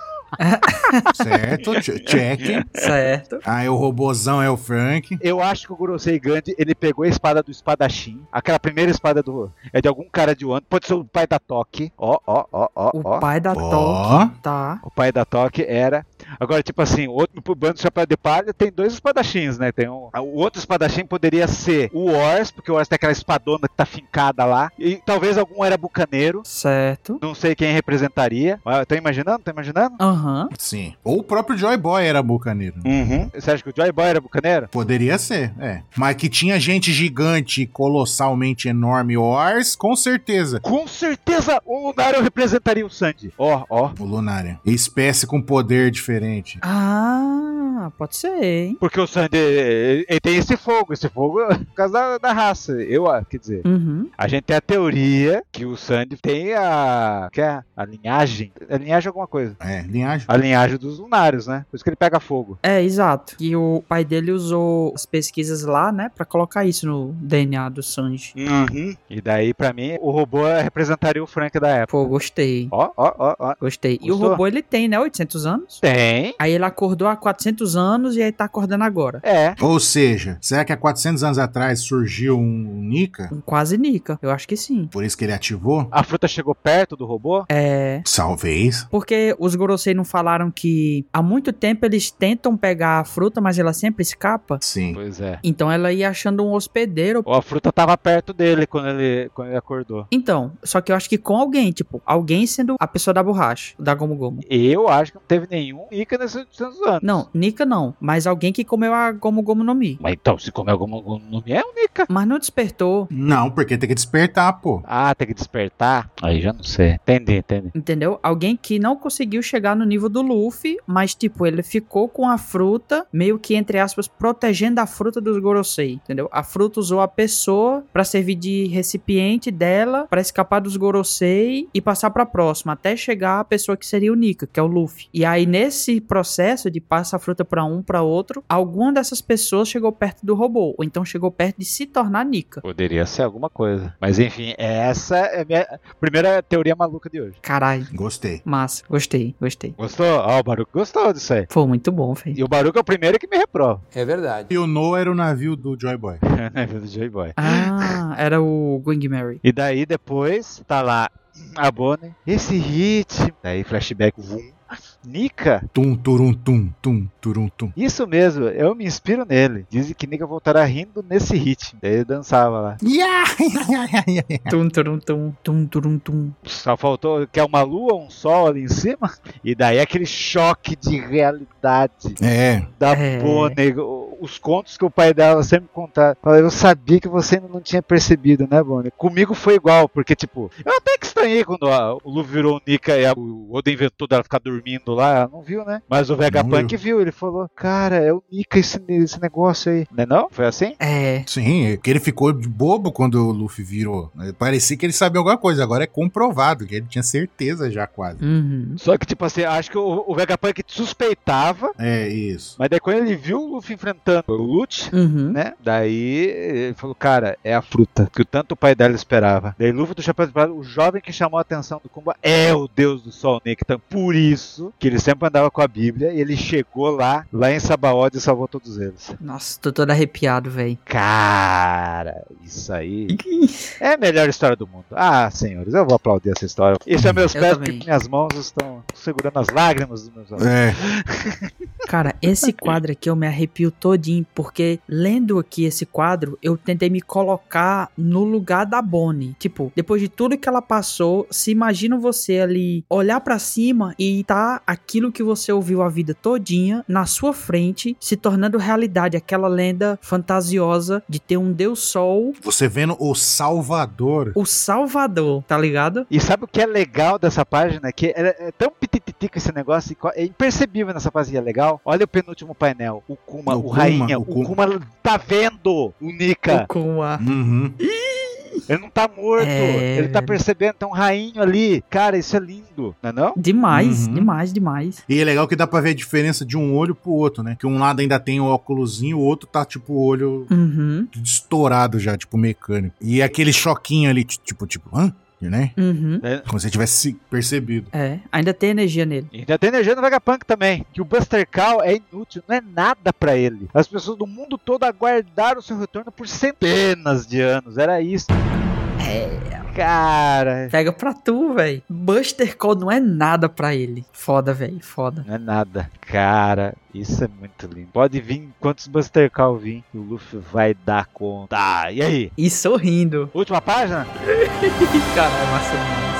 Certo, check. Certo. Aí o robozão é o Frank. Eu acho que o Gorosei Gandhi, ele pegou a espada do espadachim. Aquela primeira espada é de algum cara de Wano. Pode ser o pai da Toque. O pai da Toque, tá. O pai da Toque era... Agora, tipo assim, o outro bando do Chapéu de Palha tem 2 espadachins, né? O outro espadachim poderia ser o Wars, porque o Wars tem aquela espadona que tá fincada lá. E talvez algum era bucaneiro. Certo. Não sei quem representaria. Tá imaginando? Aham. Sim. Ou o próprio Joy Boy era bucaneiro. Você acha que o Joy Boy era bucaneiro? Poderia ser, Mas que tinha gente gigante, colossalmente enorme, Wars, com certeza. Com certeza o Lunário representaria o Sandy. Ó. O Lunário. Espécie com poder diferente. Pode ser, hein? Porque o Sandy, ele tem esse fogo por causa da raça. Quer dizer, a gente tem a teoria que o Sandy tem a linhagem. A linhagem é alguma coisa. Linhagem. A linhagem dos lunários, né? Por isso que ele pega fogo. Exato. E o pai dele usou as pesquisas lá, né? Pra colocar isso no DNA do Sanji. E daí, pra mim, o robô representaria o Frank da época. Pô, gostei. Ó. Gostei. Gostou? E o robô, ele tem, né? 800 anos? Tem. Aí ele acordou há 400 anos e aí tá acordando agora. Ou seja, será que há 400 anos atrás surgiu um Nika? Quase Nika. Eu acho que sim. Por isso que ele ativou? A fruta chegou perto do robô? Talvez. Porque os Gorosei não falaram que há muito tempo eles tentam pegar a fruta, mas ela sempre escapa? Sim. Pois é. Então ela ia achando um hospedeiro. Ou a fruta tava perto dele quando ele acordou. Então, só que eu acho que com alguém, tipo, alguém sendo a pessoa da borracha, da Gomu Gomu. Eu acho que não teve nenhum Nika nesses 800 anos. Não, Nika não, mas alguém que comeu a Gomu Gomu no Mi. Mas então, se comeu a Gomu Gomu no Mi, é um Nika. Mas não despertou. Não, porque tem que despertar, pô. Tem que despertar? Aí já não sei. Entendi. Entendeu? Alguém que não conseguiu chegar no nível do Luffy, mas tipo, ele ficou com a fruta, meio que, entre aspas, protegendo a fruta dos Gorosei, entendeu? A fruta usou a pessoa pra servir de recipiente dela, pra escapar dos Gorosei e passar pra próxima, até chegar a pessoa que seria o Nika, que é o Luffy. E aí, nesse processo de passar a fruta pra um, pra outro, alguma dessas pessoas chegou perto do robô, ou então chegou perto de se tornar Nika. Poderia ser alguma coisa. Mas enfim, essa é a minha primeira teoria maluca de hoje. Caralho. Gostei. Massa, gostei. Gostou? O Baruch gostou disso aí. Foi muito bom, velho. E o Baruch é o primeiro que me reprova. É verdade. E o Noah era o navio do Joy Boy. É o navio do Joy Boy. Era o Going Mary. E daí depois tá lá a Bonnie. Esse ritmo. Daí flashback. Nika? Tum, turum, tum, tum, turum, tum. Isso mesmo, eu me inspiro nele. Dizem que Nika voltará rindo nesse ritmo. Daí ele dançava lá. Tum, turum, tum, tum, turum, tum. Só faltou que é uma lua, um sol ali em cima. E daí aquele choque de realidade da Bonnie. Os contos que o pai dela sempre contava. Eu sabia que você ainda não tinha percebido, né, Bonnie? Comigo foi igual, porque tipo, eu até que estranhei quando o Luffy virou o Nika e o Oda inventou dela ficar dormindo lá, ela não viu, né? Mas o Vegapunk viu, ele falou, cara, é o Nika esse negócio aí. Não é não? Foi assim? Sim, que ele ficou de bobo quando o Luffy virou. Parecia que ele sabia alguma coisa, agora é comprovado, que ele tinha certeza já quase. Só que tipo assim, acho que o Vegapunk suspeitava. Isso. Mas daí quando ele viu o Luffy enfrentando o Lute, né? Daí ele falou, cara, é a fruta que o tanto o pai dela esperava. Daí Luffy do Chapéu de Palha, o jovem que chamou a atenção do Kumba é o Deus do Sol Nectar. Por isso que ele sempre andava com a Bíblia e ele chegou lá em Sabaody e salvou todos eles. Nossa, tô todo arrepiado, velho. Cara, isso aí é a melhor história do mundo. Senhores, eu vou aplaudir essa história. Isso é meus pés, porque minhas mãos estão segurando as lágrimas dos meus olhos. Cara, esse quadro aqui eu me arrepio todinho, porque lendo aqui esse quadro, eu tentei me colocar no lugar da Bonnie. Tipo, depois de tudo que ela passou, se imagina você ali olhar pra cima e tá aquilo que você ouviu a vida todinha na sua frente, se tornando realidade, aquela lenda fantasiosa de ter um Deus Sol. Você vendo o Salvador. O Salvador, tá ligado? E sabe o que é legal dessa página? Que é tão pititico esse negócio, é impercebível nessa página, é legal. Olha o penúltimo painel, o Kuma, o Rainha, o Kuma tá vendo o Nika. O Kuma. Uhum. Ele não tá morto, ele tá percebendo, tem um rainho ali. Cara, isso é lindo, não é não? Demais, demais. E é legal que dá pra ver a diferença de um olho pro outro, né? Que um lado ainda tem o óculosinho, o outro tá tipo o olho estourado já, tipo mecânico. E aquele choquinho ali, tipo, hã? Né? Como se tivesse percebido. Ainda tem energia nele. E ainda tem energia no Vegapunk também. Que o Buster Call é inútil, não é nada pra ele. As pessoas do mundo todo aguardaram o seu retorno por centenas de anos. Era isso. Cara. Pega pra tu, velho. Buster Call não é nada pra ele. Foda, velho. Foda. Não é nada. Cara, isso é muito lindo. Pode vir quantos Buster Call vir, que o Luffy vai dar conta. E aí? E sorrindo. Última página? Caralho, massa demais.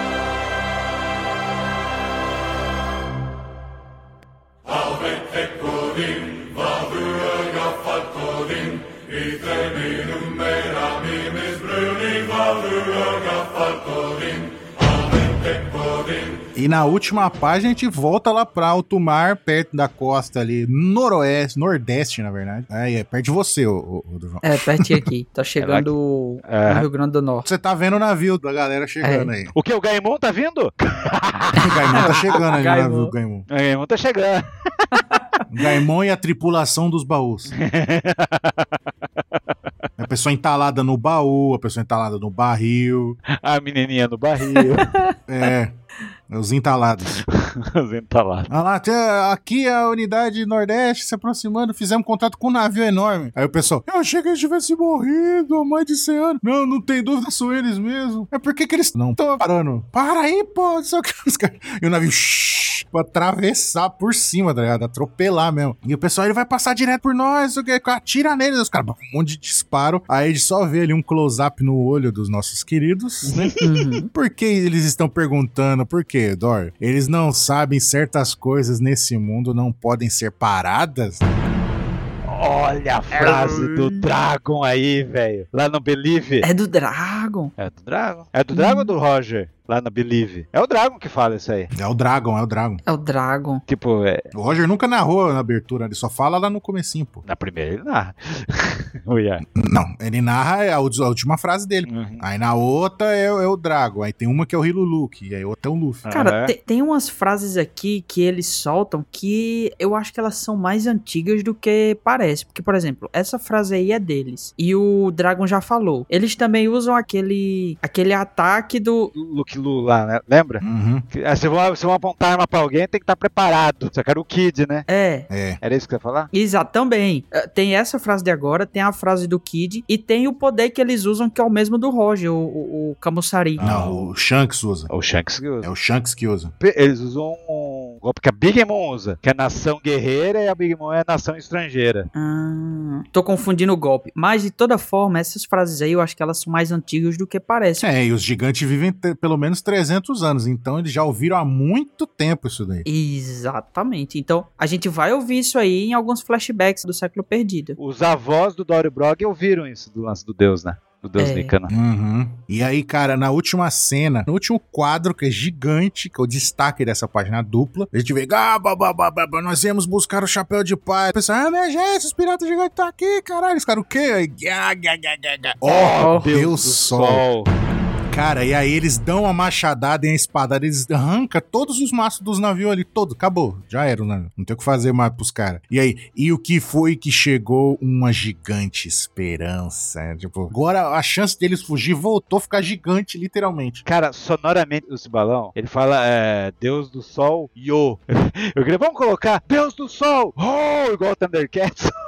E na última página a gente volta lá pra alto mar, perto da costa ali, nordeste, na verdade. É perto de você, o Durval. Pertinho aqui. Tá chegando no Rio Grande do Norte. Você tá vendo o navio da galera chegando aí. O que? O Gaimon tá vindo? O Gaimon tá chegando aí no navio, o Gaimon. O Gaimon tá chegando. Gaimon e a tripulação dos baús. A pessoa entalada no baú, a pessoa entalada no barril. A menininha no barril. Os entalados. Os entalados. Olha lá, aqui a unidade Nordeste se aproximando, fizemos contato com um navio enorme. Aí o pessoal, eu achei que eles tivessem morrido há mais de 100 anos. Não tem dúvida, são eles mesmo. É porque que eles não estão parando. Para aí, pô. Só que os caras... E o navio, pra atravessar por cima, tá ligado? Atropelar mesmo. E o pessoal, ele vai passar direto por nós, atira neles. Os caras, um monte de disparo. Aí a gente só vê ali um close-up no olho dos nossos queridos, né? Por que eles estão perguntando? Por quê, Dor? Eles não sabem certas coisas nesse mundo não podem ser paradas? Olha a frase do Dragon aí, velho. Lá no Believe. É do Dragon. É do Dragon. É do Dragon ou do Roger? Lá na Believe. É o Dragon que fala isso aí. É o Dragon. É o Dragon. Tipo, O Roger nunca narrou na abertura, ele só fala lá no comecinho, pô. Na primeira ele narra. Não, ele narra a última frase dele. Aí na outra é o Dragon. Aí tem uma que é o Hiluluke, e aí outra é o Luffy. Cara, tem umas frases aqui que eles soltam que eu acho que elas são mais antigas do que parece. Porque, por exemplo, essa frase aí é deles. E o Dragon já falou. Eles também usam aquele ataque do Luke Lu lá, né? Lembra? Se vão apontar arma pra alguém, tem que estar preparado. Só que era o Kid, né? Era isso que você ia falar? Exato, também. Tem essa frase de agora, tem a frase do Kid e tem o poder que eles usam que é o mesmo do Roger, o Kamusari. Não, o Shanks usa. O Shanks que usa. É o Shanks que usa. Eles usam um golpe que a Big Mom usa, que é nação guerreira e a Big Mom é nação estrangeira. Tô confundindo o golpe. Mas, de toda forma, essas frases aí, eu acho que elas são mais antigas do que parece. E os gigantes vivem pelo menos 300 anos, então eles já ouviram há muito tempo isso daí. Exatamente. Então, a gente vai ouvir isso aí em alguns flashbacks do século perdido. Os avós do Dory Brog ouviram isso do lance do Deus, né? Do Deus Nika. E aí, cara, na última cena, no último quadro, que é gigante, que é o destaque dessa página dupla, a gente vê, nós viemos buscar o chapéu de pai. O pessoal, minha gente, os piratas gigantes tá aqui, caralho. Os caras, o quê? Aí, Deus do Sol. Cara, e aí eles dão a machadada e a espadada, eles arrancam todos os maços dos navios ali, todo, acabou, já era o navio, não tem o que fazer mais pros caras. E aí, e o que foi que chegou? Uma gigante esperança, tipo, agora a chance deles fugir voltou a ficar gigante, literalmente. Cara, sonoramente, esse balão, ele fala, Deus do Sol, Yo. Eu queria, vamos colocar, Deus do Sol, oh, igual o Thundercats.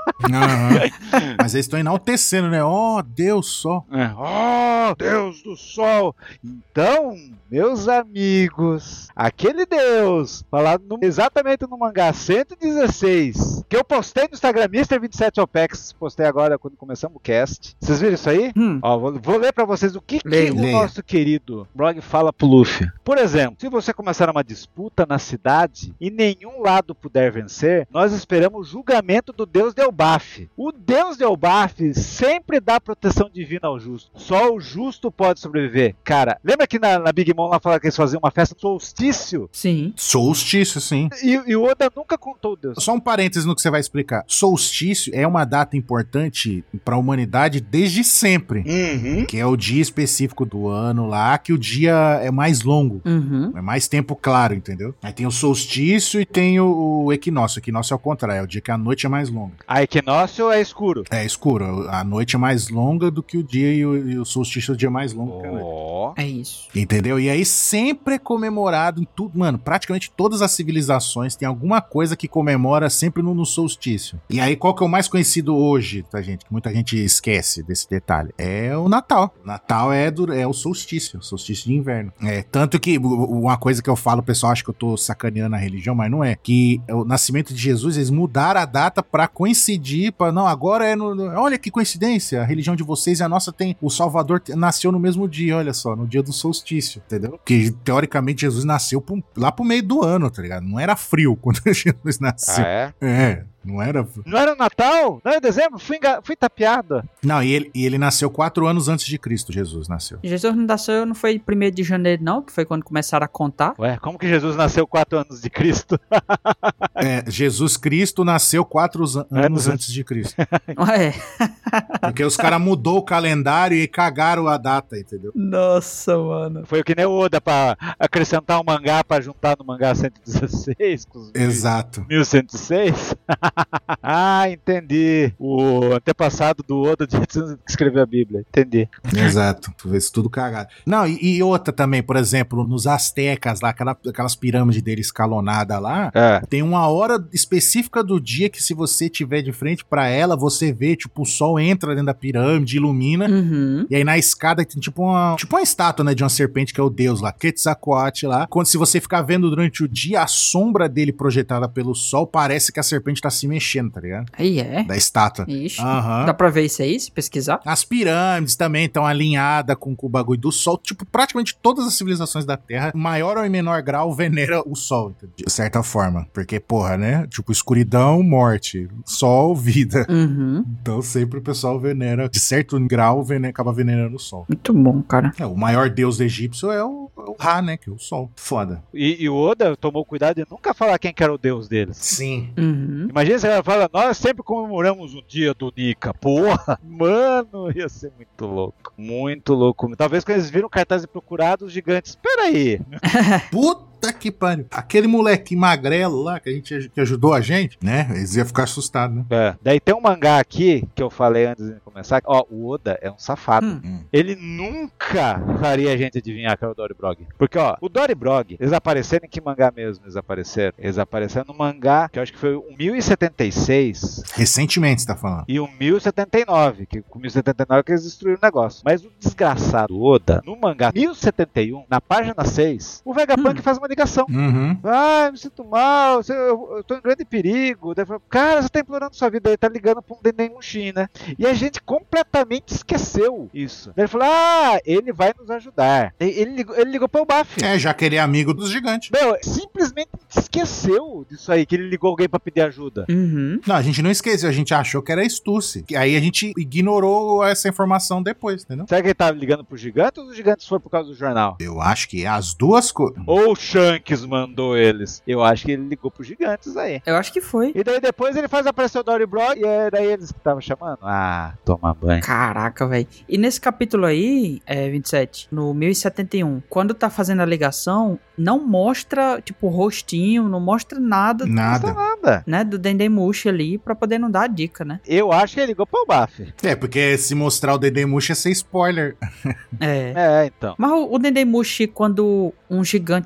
Mas eles estão enaltecendo, né? Ó, Deus Sol. Ó, Deus do Sol. Então, meus amigos, aquele Deus falado exatamente no mangá 116, que eu postei no Instagram, Mr27OPEX, postei agora quando começamos o cast. Vocês viram isso aí? Ó, vou ler pra vocês o que o nosso querido Brog fala pro Luffy. Por exemplo, se você começar uma disputa na cidade e nenhum lado puder vencer, nós esperamos o julgamento do Deus Delbaf. O Deus Delbaf sempre dá proteção divina ao justo. Só o justo pode sobreviver. Cara, lembra que na Big Mom lá fala que eles faziam uma festa do solstício? Sim. Solstício, sim. E o Oda nunca contou o Deus. Só um parênteses no que você vai explicar. Solstício é uma data importante pra humanidade desde sempre. Que é o dia específico do ano lá, que o dia é mais longo. É mais tempo claro, entendeu? Aí tem o solstício e tem o equinócio. O equinócio é o contrário, é o dia que a noite é mais longa. A equinócio é escuro. É escuro. A noite é mais longa do que o dia e o solstício é o dia mais longo que a noite. É isso. Entendeu? E aí sempre é comemorado em tudo. Mano, praticamente todas as civilizações tem alguma coisa que comemora sempre no solstício. E aí qual que é o mais conhecido hoje, tá, gente? Que muita gente esquece desse detalhe. É o Natal. Natal é o solstício de inverno. Tanto que uma coisa que eu falo, o pessoal acha que eu tô sacaneando a religião, mas não é. Que o nascimento de Jesus, eles mudaram a data pra coincidir, não, agora é olha que coincidência, a religião de vocês e a nossa tem, o Salvador nasceu no mesmo dia, olha só, no dia do solstício, entendeu? Porque, teoricamente, Jesus nasceu lá pro meio do ano, tá ligado? Não era frio quando Jesus nasceu. Não era Natal? Não era dezembro? Fui tapeado. Não, e ele nasceu 4 anos antes de Cristo, Jesus nasceu. Jesus não nasceu, não foi 1º de janeiro não, que foi quando começaram a contar. Ué, como que Jesus nasceu 4 anos de Cristo? Jesus Cristo nasceu 4 anos antes de Cristo. Porque os caras mudou o calendário e cagaram a data, entendeu? Nossa, mano. Foi o que nem o Oda pra acrescentar um mangá pra juntar no mangá 116 com os Exato. 1106. Entendi. O antepassado do Oda de que escreveu a Bíblia. Entendi. Exato. Tu vê isso tudo cagado. Não, e outra também, por exemplo, nos astecas lá, aquelas pirâmides dele escalonada lá, tem uma hora específica do dia que se você tiver de frente pra ela, você vê, tipo, o sol entra dentro da pirâmide, ilumina, e aí na escada tem tipo uma estátua, né, de uma serpente que é o deus lá, Quetzalcoatl lá. Quando se você ficar vendo durante o dia, a sombra dele projetada pelo sol, parece que a serpente tá se mexendo, tá ligado? Aí é. Da estátua. Ixi. Dá pra ver isso aí, se pesquisar? As pirâmides também estão alinhadas com o bagulho do sol. Tipo, praticamente todas as civilizações da Terra, maior ou em menor grau, venera o sol, entendeu? De certa forma. Porque, porra, né? Tipo, escuridão, morte. Sol, vida. Então sempre o pessoal venera, de certo grau, acaba venerando o sol. Muito bom, cara. O maior deus egípcio é o Ra, né? Que é o sol. Foda. E o Oda tomou cuidado de nunca falar quem que era o deus deles. Sim. Imagina se ela fala, nós sempre comemoramos o dia do Nika. Porra, mano, ia ser muito louco. Muito louco. Talvez quando eles viram o cartaz de procurado, os gigantes, peraí. Puta que pariu. Aquele moleque magrelo lá que ajudou a gente, né? Eles iam ficar assustados, né? Daí tem um mangá aqui que eu falei antes de começar. Ó, o Oda é um safado. Ele nunca faria a gente adivinhar que era o Dory Brog. Porque, ó, o Dory Brog, eles apareceram em que mangá mesmo? Eles apareceram no mangá, que eu acho que foi o 1076. Recentemente, você tá falando. E o 1079, que com o 1079 que eles destruíram o negócio. Mas o desgraçado Oda, no mangá 1071, na página 6, o Vegapunk faz uma ligação. Eu me sinto mal, eu tô em grande perigo. Daí fala, cara, você tá implorando sua vida aí, tá ligando pra um Dendemushin, né? E a gente completamente esqueceu isso. Daí ele falou, ele vai nos ajudar. Ele ligou pro Elbaf. Já que ele é amigo dos gigantes. Meu, simplesmente esqueceu disso aí, que ele ligou alguém pra pedir ajuda. Não, a gente não esqueceu, a gente achou que era Stussy. Aí a gente ignorou essa informação depois, entendeu? Será que ele tava ligando pro gigante ou os gigantes foram por causa do jornal? Eu acho que é as duas coisas. Ou o Shanks mandou eles. Eu acho que ele ligou pros gigantes aí. Eu acho que foi. E daí depois ele faz aparecer o Dory Brog e é daí eles que estavam chamando. Toma banho. Caraca, velho. E nesse capítulo aí, 27, no 1071, quando tá fazendo a ligação, não mostra, tipo, o rostinho, não mostra nada. Nada. Né, do Dendemushi ali, pra poder não dar a dica, né? Eu acho que ele ligou pro Baf. Porque se mostrar o Dendemushi ia ser spoiler. Então. Mas o Dendemushi, quando um gigante atende,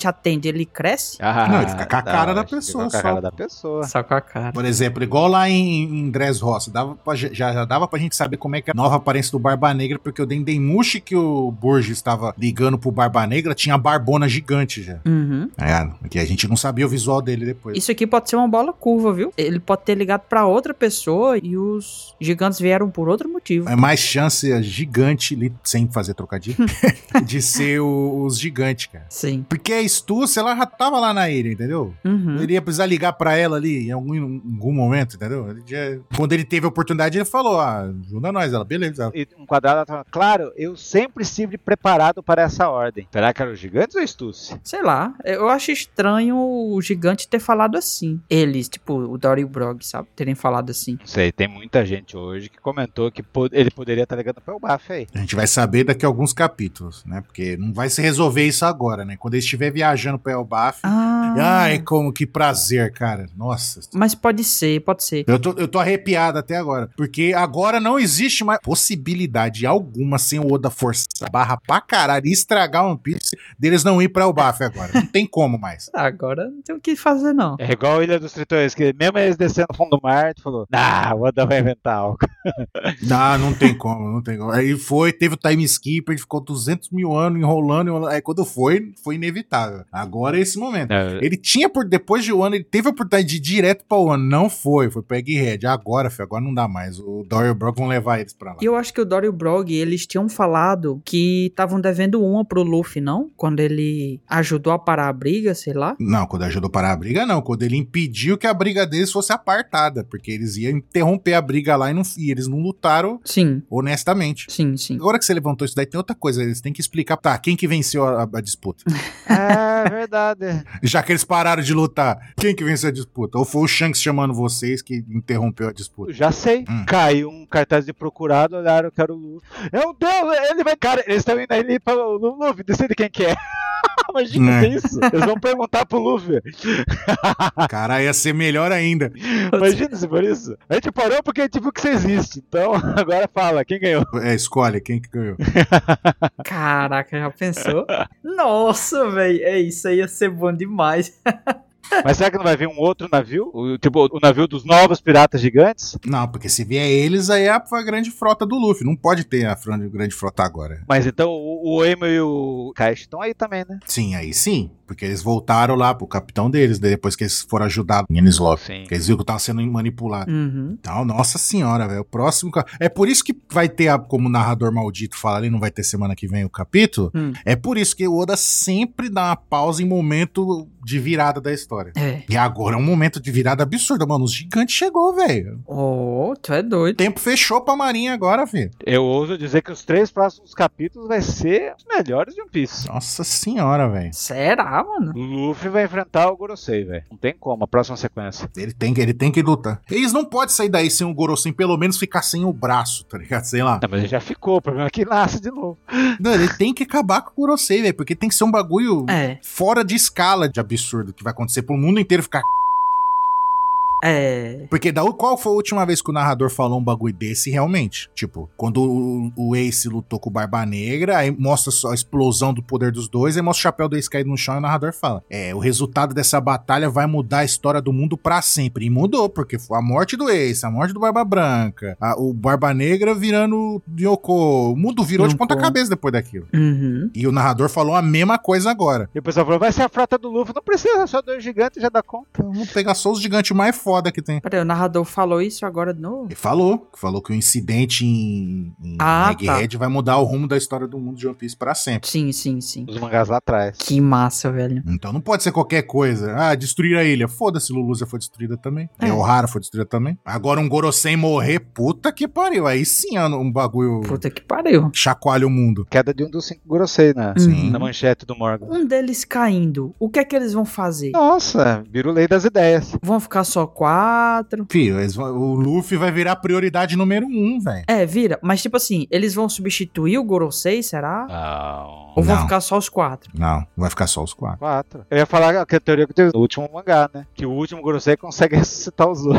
onde ele cresce. Não, ele fica com a cara da pessoa só. Com a cara da pessoa. Só com a cara. Por exemplo, igual lá em Dressrosa, já dava pra gente saber como é que é a nova aparência do Barba Negra, porque o Dendemushi que o Burgess estava ligando pro Barba Negra tinha a barbona gigante já. Uhum. Que a gente não sabia o visual dele depois. Isso aqui pode ser uma bola curva, viu? Ele pode ter ligado pra outra pessoa e os gigantes vieram por outro motivo. É mais chance gigante, sem fazer trocadilho, de ser os gigantes, cara. Sim. Porque a Stussy, ela já tava lá na ilha, entendeu? Uhum. Ele ia precisar ligar pra ela ali em algum momento, entendeu? Quando ele teve a oportunidade, ele falou, ajuda nós. Ela, beleza. E um quadrado, claro, eu sempre estive preparado para essa ordem. Será que eram os gigantes ou a Stussy? Sei lá, eu acho estranho o gigante ter falado assim. Eles, tipo, o Dory e o Brog, sabe? Terem falado assim. Não sei, tem muita gente hoje que comentou que ele poderia estar ligando para o Elbaf aí. A gente vai saber daqui a alguns capítulos, né? Porque não vai se resolver isso agora, né? Quando ele estiver viajando pra Elbaf. Ai, como que prazer, cara. Nossa. Mas pode ser, pode ser. Eu tô arrepiado até agora. Porque agora não existe mais possibilidade alguma sem o Oda forçar a barra pra caralho e estragar One Piece deles não ir pra Elbaf agora. Não tem como mais. Agora não tem o que fazer, não. É igual a Ilha dos Tritões, que mesmo eles descendo no fundo do mar, tu falou, o Oda vai inventar algo. Não tem como, não tem como. Aí teve o time skip, ele ficou 200 mil anos enrolando. Aí quando foi inevitável. Agora é esse momento. Ele tinha, depois de um ano, ele teve a oportunidade de ir direto pra Wano. Não foi pra Egghead. Agora não dá mais. O Dory e o Brog vão levar eles pra lá. E eu acho que o Dory e o Brog, eles tinham falado que estavam devendo uma pro Luffy, não? Quando ele ajudou a parar a briga, sei lá. Não, quando ajudou a parar a briga, não. Quando ele impediu que a briga deles fosse apartada. Porque eles iam interromper a briga lá e eles não lutaram. Sim. Honestamente. Sim. Agora que você levantou isso daí, tem outra coisa. Eles têm que explicar, quem que venceu a disputa. É verdade. Já que eles pararam de lutar, quem que venceu a disputa? Ou foi o Shanks chamando vocês que interrompeu a disputa? Já sei. Caiu um cartaz de procurado, olharam que era o Luffy. Meu Deus, ele vai... Cara, eles estão indo ali para o Luffy, decide quem que é. Imagina isso. Eles vão perguntar pro Luffy. Cara, ia ser melhor ainda. Imagina se for isso. A gente parou porque a gente viu que você existe. Então, agora fala, quem ganhou? Escolhe, quem que ganhou. Caraca, já pensou? Nossa, velho, isso aí ia ser bom demais. Mas será que não vai vir um outro navio? O navio dos novos piratas gigantes? Não, porque se vier eles, aí é a grande frota do Luffy. Não pode ter a grande frota agora. Mas então o Emo e o Kaish estão aí também, né? Sim, aí sim. Porque eles voltaram lá pro capitão deles, depois que eles foram ajudados em Enislov. Porque eles viram que estavam sendo manipulados. Uhum. Então, nossa senhora, velho. O próximo... É por isso que vai ter, como o narrador maldito fala ali, não vai ter semana que vem o capítulo. É por isso que o Oda sempre dá uma pausa em momento de virada da história. E agora é um momento de virada absurda, mano. Os gigantes chegou, velho. Tu é doido. O tempo fechou pra Marinha agora, filho. Eu ouso dizer que os 3 próximos capítulos vai ser os melhores de One Piece. Nossa senhora, velho. Será, mano? O Luffy vai enfrentar o Gorosei, velho. Não tem como, a próxima sequência. Ele tem que lutar. Eles não podem sair daí sem o Gorosei, pelo menos ficar sem o braço, tá ligado? Sei lá. Não, mas ele já ficou, o problema é que nasce de novo. Não, ele tem que acabar com o Gorosei, velho, porque tem que ser um bagulho fora de escala de absurdo que vai acontecer pro mundo inteiro ficar... Porque qual foi a última vez que o narrador falou um bagulho desse realmente? Tipo, quando o Ace lutou com o Barba Negra, aí mostra só a explosão do poder dos dois, aí mostra o chapéu do Ace caído no chão e o narrador fala: o resultado dessa batalha vai mudar a história do mundo pra sempre. E mudou, porque foi a morte do Ace, a morte do Barba Branca, o Barba Negra virando Yonkou. O mundo virou de ponta cabeça depois daquilo. E o narrador falou a mesma coisa agora. E o pessoal falou: vai ser a frota do Luffy, não precisa, só 2 gigantes já dá conta. Então, vamos pegar só os gigantes mais foda que tem. Peraí, o narrador falou isso agora de novo? Ele falou que o incidente em Egghead vai mudar o rumo da história do mundo de One Piece pra sempre. Sim. Os mangás lá atrás. Que massa, velho. Então não pode ser qualquer coisa. Destruir a ilha. Foda-se, Luluza foi destruída também. Ohara foi destruída também. Agora um Gorosei morrer, puta que pariu. Aí sim é um bagulho... Puta que pariu. Chacoalha o mundo. Queda de um dos 5 Gorosei, né? Sim. Na manchete do Morgan. Um deles caindo, o que é que eles vão fazer? Nossa, vira o lei das ideias. Vão ficar só 4? Filho, o Luffy vai virar prioridade número 1, velho. Vira. Mas tipo assim, eles vão substituir o Gorosei, será? Não. Ou vão ficar só os 4? Não, vai ficar só os 4. 4. Eu ia falar que a teoria que teve no último mangá, né? Que o último Gorosei consegue ressuscitar os outros.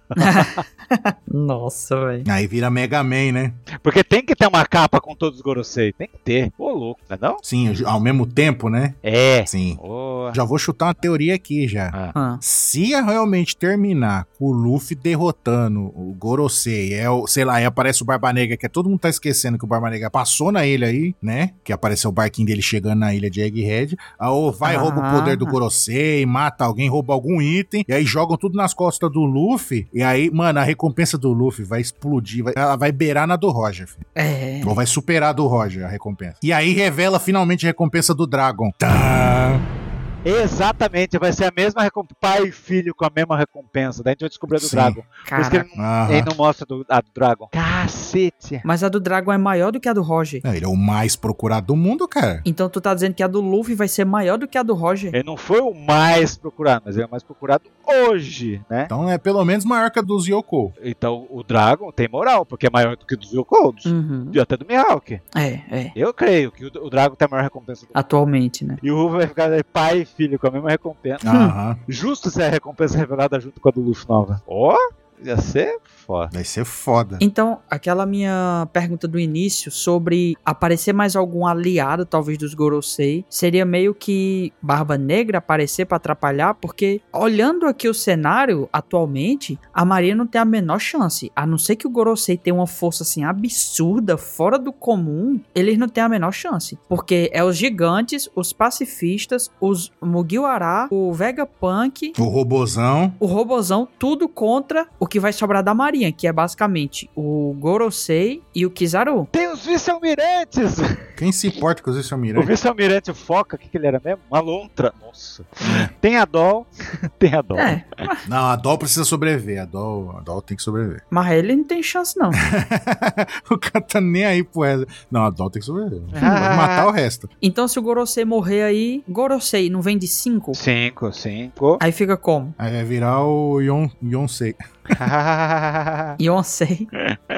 Nossa, velho. Aí vira Mega Man, né? Porque tem que ter uma capa com todos os Gorosei. Tem que ter. Ô, louco, não é não? Sim, ao mesmo tempo, né? É. Sim. Oh. Já vou chutar uma teoria aqui já. Se realmente terminar com o Luffy derrotando o Gorosei, sei lá, aí aparece o Barba Negra, que todo mundo tá esquecendo que o Barba Negra passou na ilha aí, né? Que apareceu o barquinho dele chegando na ilha de Egghead. Aí vai, rouba o poder do Gorosei, mata alguém, rouba algum item, e aí jogam tudo nas costas do Luffy, e aí, mano, a recompensa do Luffy vai explodir, ela vai beirar na do Roger, filho. Ou vai superar a do Roger, a recompensa. E aí revela finalmente a recompensa do Dragon. Tá. Exatamente, vai ser a mesma recompensa, pai e filho com a mesma recompensa. Daí a gente vai descobrir a do Dragon. Por isso que ele não mostra a do Dragon. Cacete! Mas a do Dragon é maior do que a do Roger. Ele é o mais procurado do mundo, cara. Então tu tá dizendo que a do Luffy vai ser maior do que a do Roger? Ele não foi o mais procurado, mas ele é o mais procurado hoje, né? Então é pelo menos maior que a dos Yoko. Então o Dragon tem moral, porque é maior do que o dos Yoko, e até do Mihawk. Eu creio que o Dragon tem a maior recompensa do mundo. Atualmente, né? E o Ruffy vai ficar pai e filho com a mesma recompensa. Justo se a recompensa revelada junto com a do Luffy nova. Ia ser foda. Vai ser foda. Então, aquela minha pergunta do início sobre aparecer mais algum aliado, talvez dos Gorosei, seria meio que Barba Negra aparecer pra atrapalhar, porque olhando aqui o cenário, atualmente, a Marinha não tem a menor chance. A não ser que o Gorosei tenha uma força assim absurda, fora do comum, eles não têm a menor chance. Porque é os gigantes, os pacifistas, os Mugiwara, o Vegapunk, o Robozão, tudo contra o que vai sobrar da Marinha, que é basicamente o Gorosei e o Kizaru. Tem os vice-almirantes! Quem se importa com os vice-almirantes? O vice-almirante Foca, o que ele era mesmo? Uma lontra. Nossa. Tem a Doll. Não, a Doll precisa sobreviver. A Doll tem que sobreviver. Mas ele não tem chance, não. O cara tá nem aí pro resto. Não, a Doll tem que sobreviver. Vai matar o resto. Então, se o Gorosei morrer aí, Gorosei não vem de 5? 5. Aí fica como? Aí vai virar o Yonsei. Yonsei.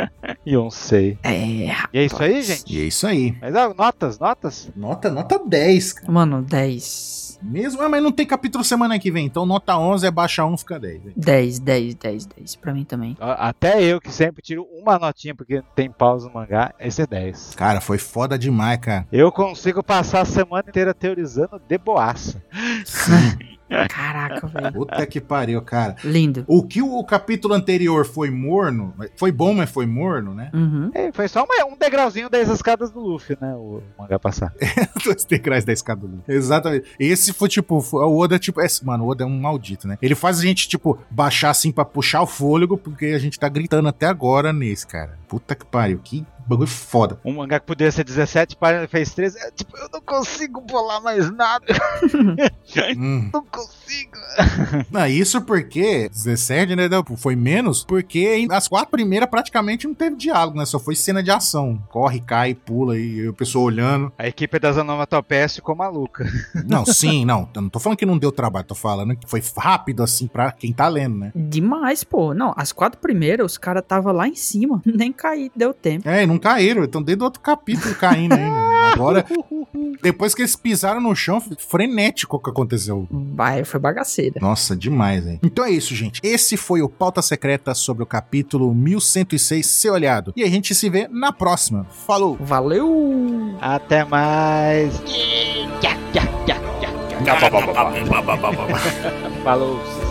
E é isso aí, gente? E é isso aí. Mas notas? Nota 10, cara. Mano, 10. Mesmo, mas não tem capítulo semana que vem. Então nota 11 é baixa 1, fica 10. 10. Pra mim também. Até eu que sempre tiro uma notinha porque tem pausa no mangá, esse é 10. Cara, foi foda demais, cara. Eu consigo passar a semana inteira teorizando de boaça. Caraca, velho. Puta que pariu, cara. Lindo. O que o capítulo anterior foi morno, foi bom, mas foi morno, né? Foi só um degrauzinho das escadas do Luffy, né? O mangá passar. 2 degraus da escada do Luffy. Exatamente. Esse foi tipo, o Oda, tipo, mano, o Oda é um maldito, né? Ele faz a gente, tipo, baixar assim pra puxar o fôlego, porque a gente tá gritando até agora nesse, cara. Puta que pariu, que bagulho foda. Um mangá que poderia ser 17 páginas, ele fez 13. Tipo, eu não consigo bolar mais nada. Não consigo. Não, isso porque 17, né? Foi menos, porque as 4 primeiras praticamente não teve diálogo, né? Só foi cena de ação. Corre, cai, pula e o pessoal olhando. A equipe das onomatopeias ficou maluca. Não, sim, não. Eu não tô falando que não deu trabalho, tô falando que foi rápido assim pra quem tá lendo, né? Demais, pô. Não, as 4 primeiras, os caras tava lá em cima. Nem cair, deu tempo. Não caíram, então desde o outro capítulo caindo ainda. Agora, depois que eles pisaram no chão, frenético o que aconteceu. Foi bagaceira. Nossa, demais, hein? Então é isso, gente. Esse foi o Pauta Secreta sobre o capítulo 1106, Seu Aliado. E a gente se vê na próxima. Falou! Valeu! Até mais! Falou!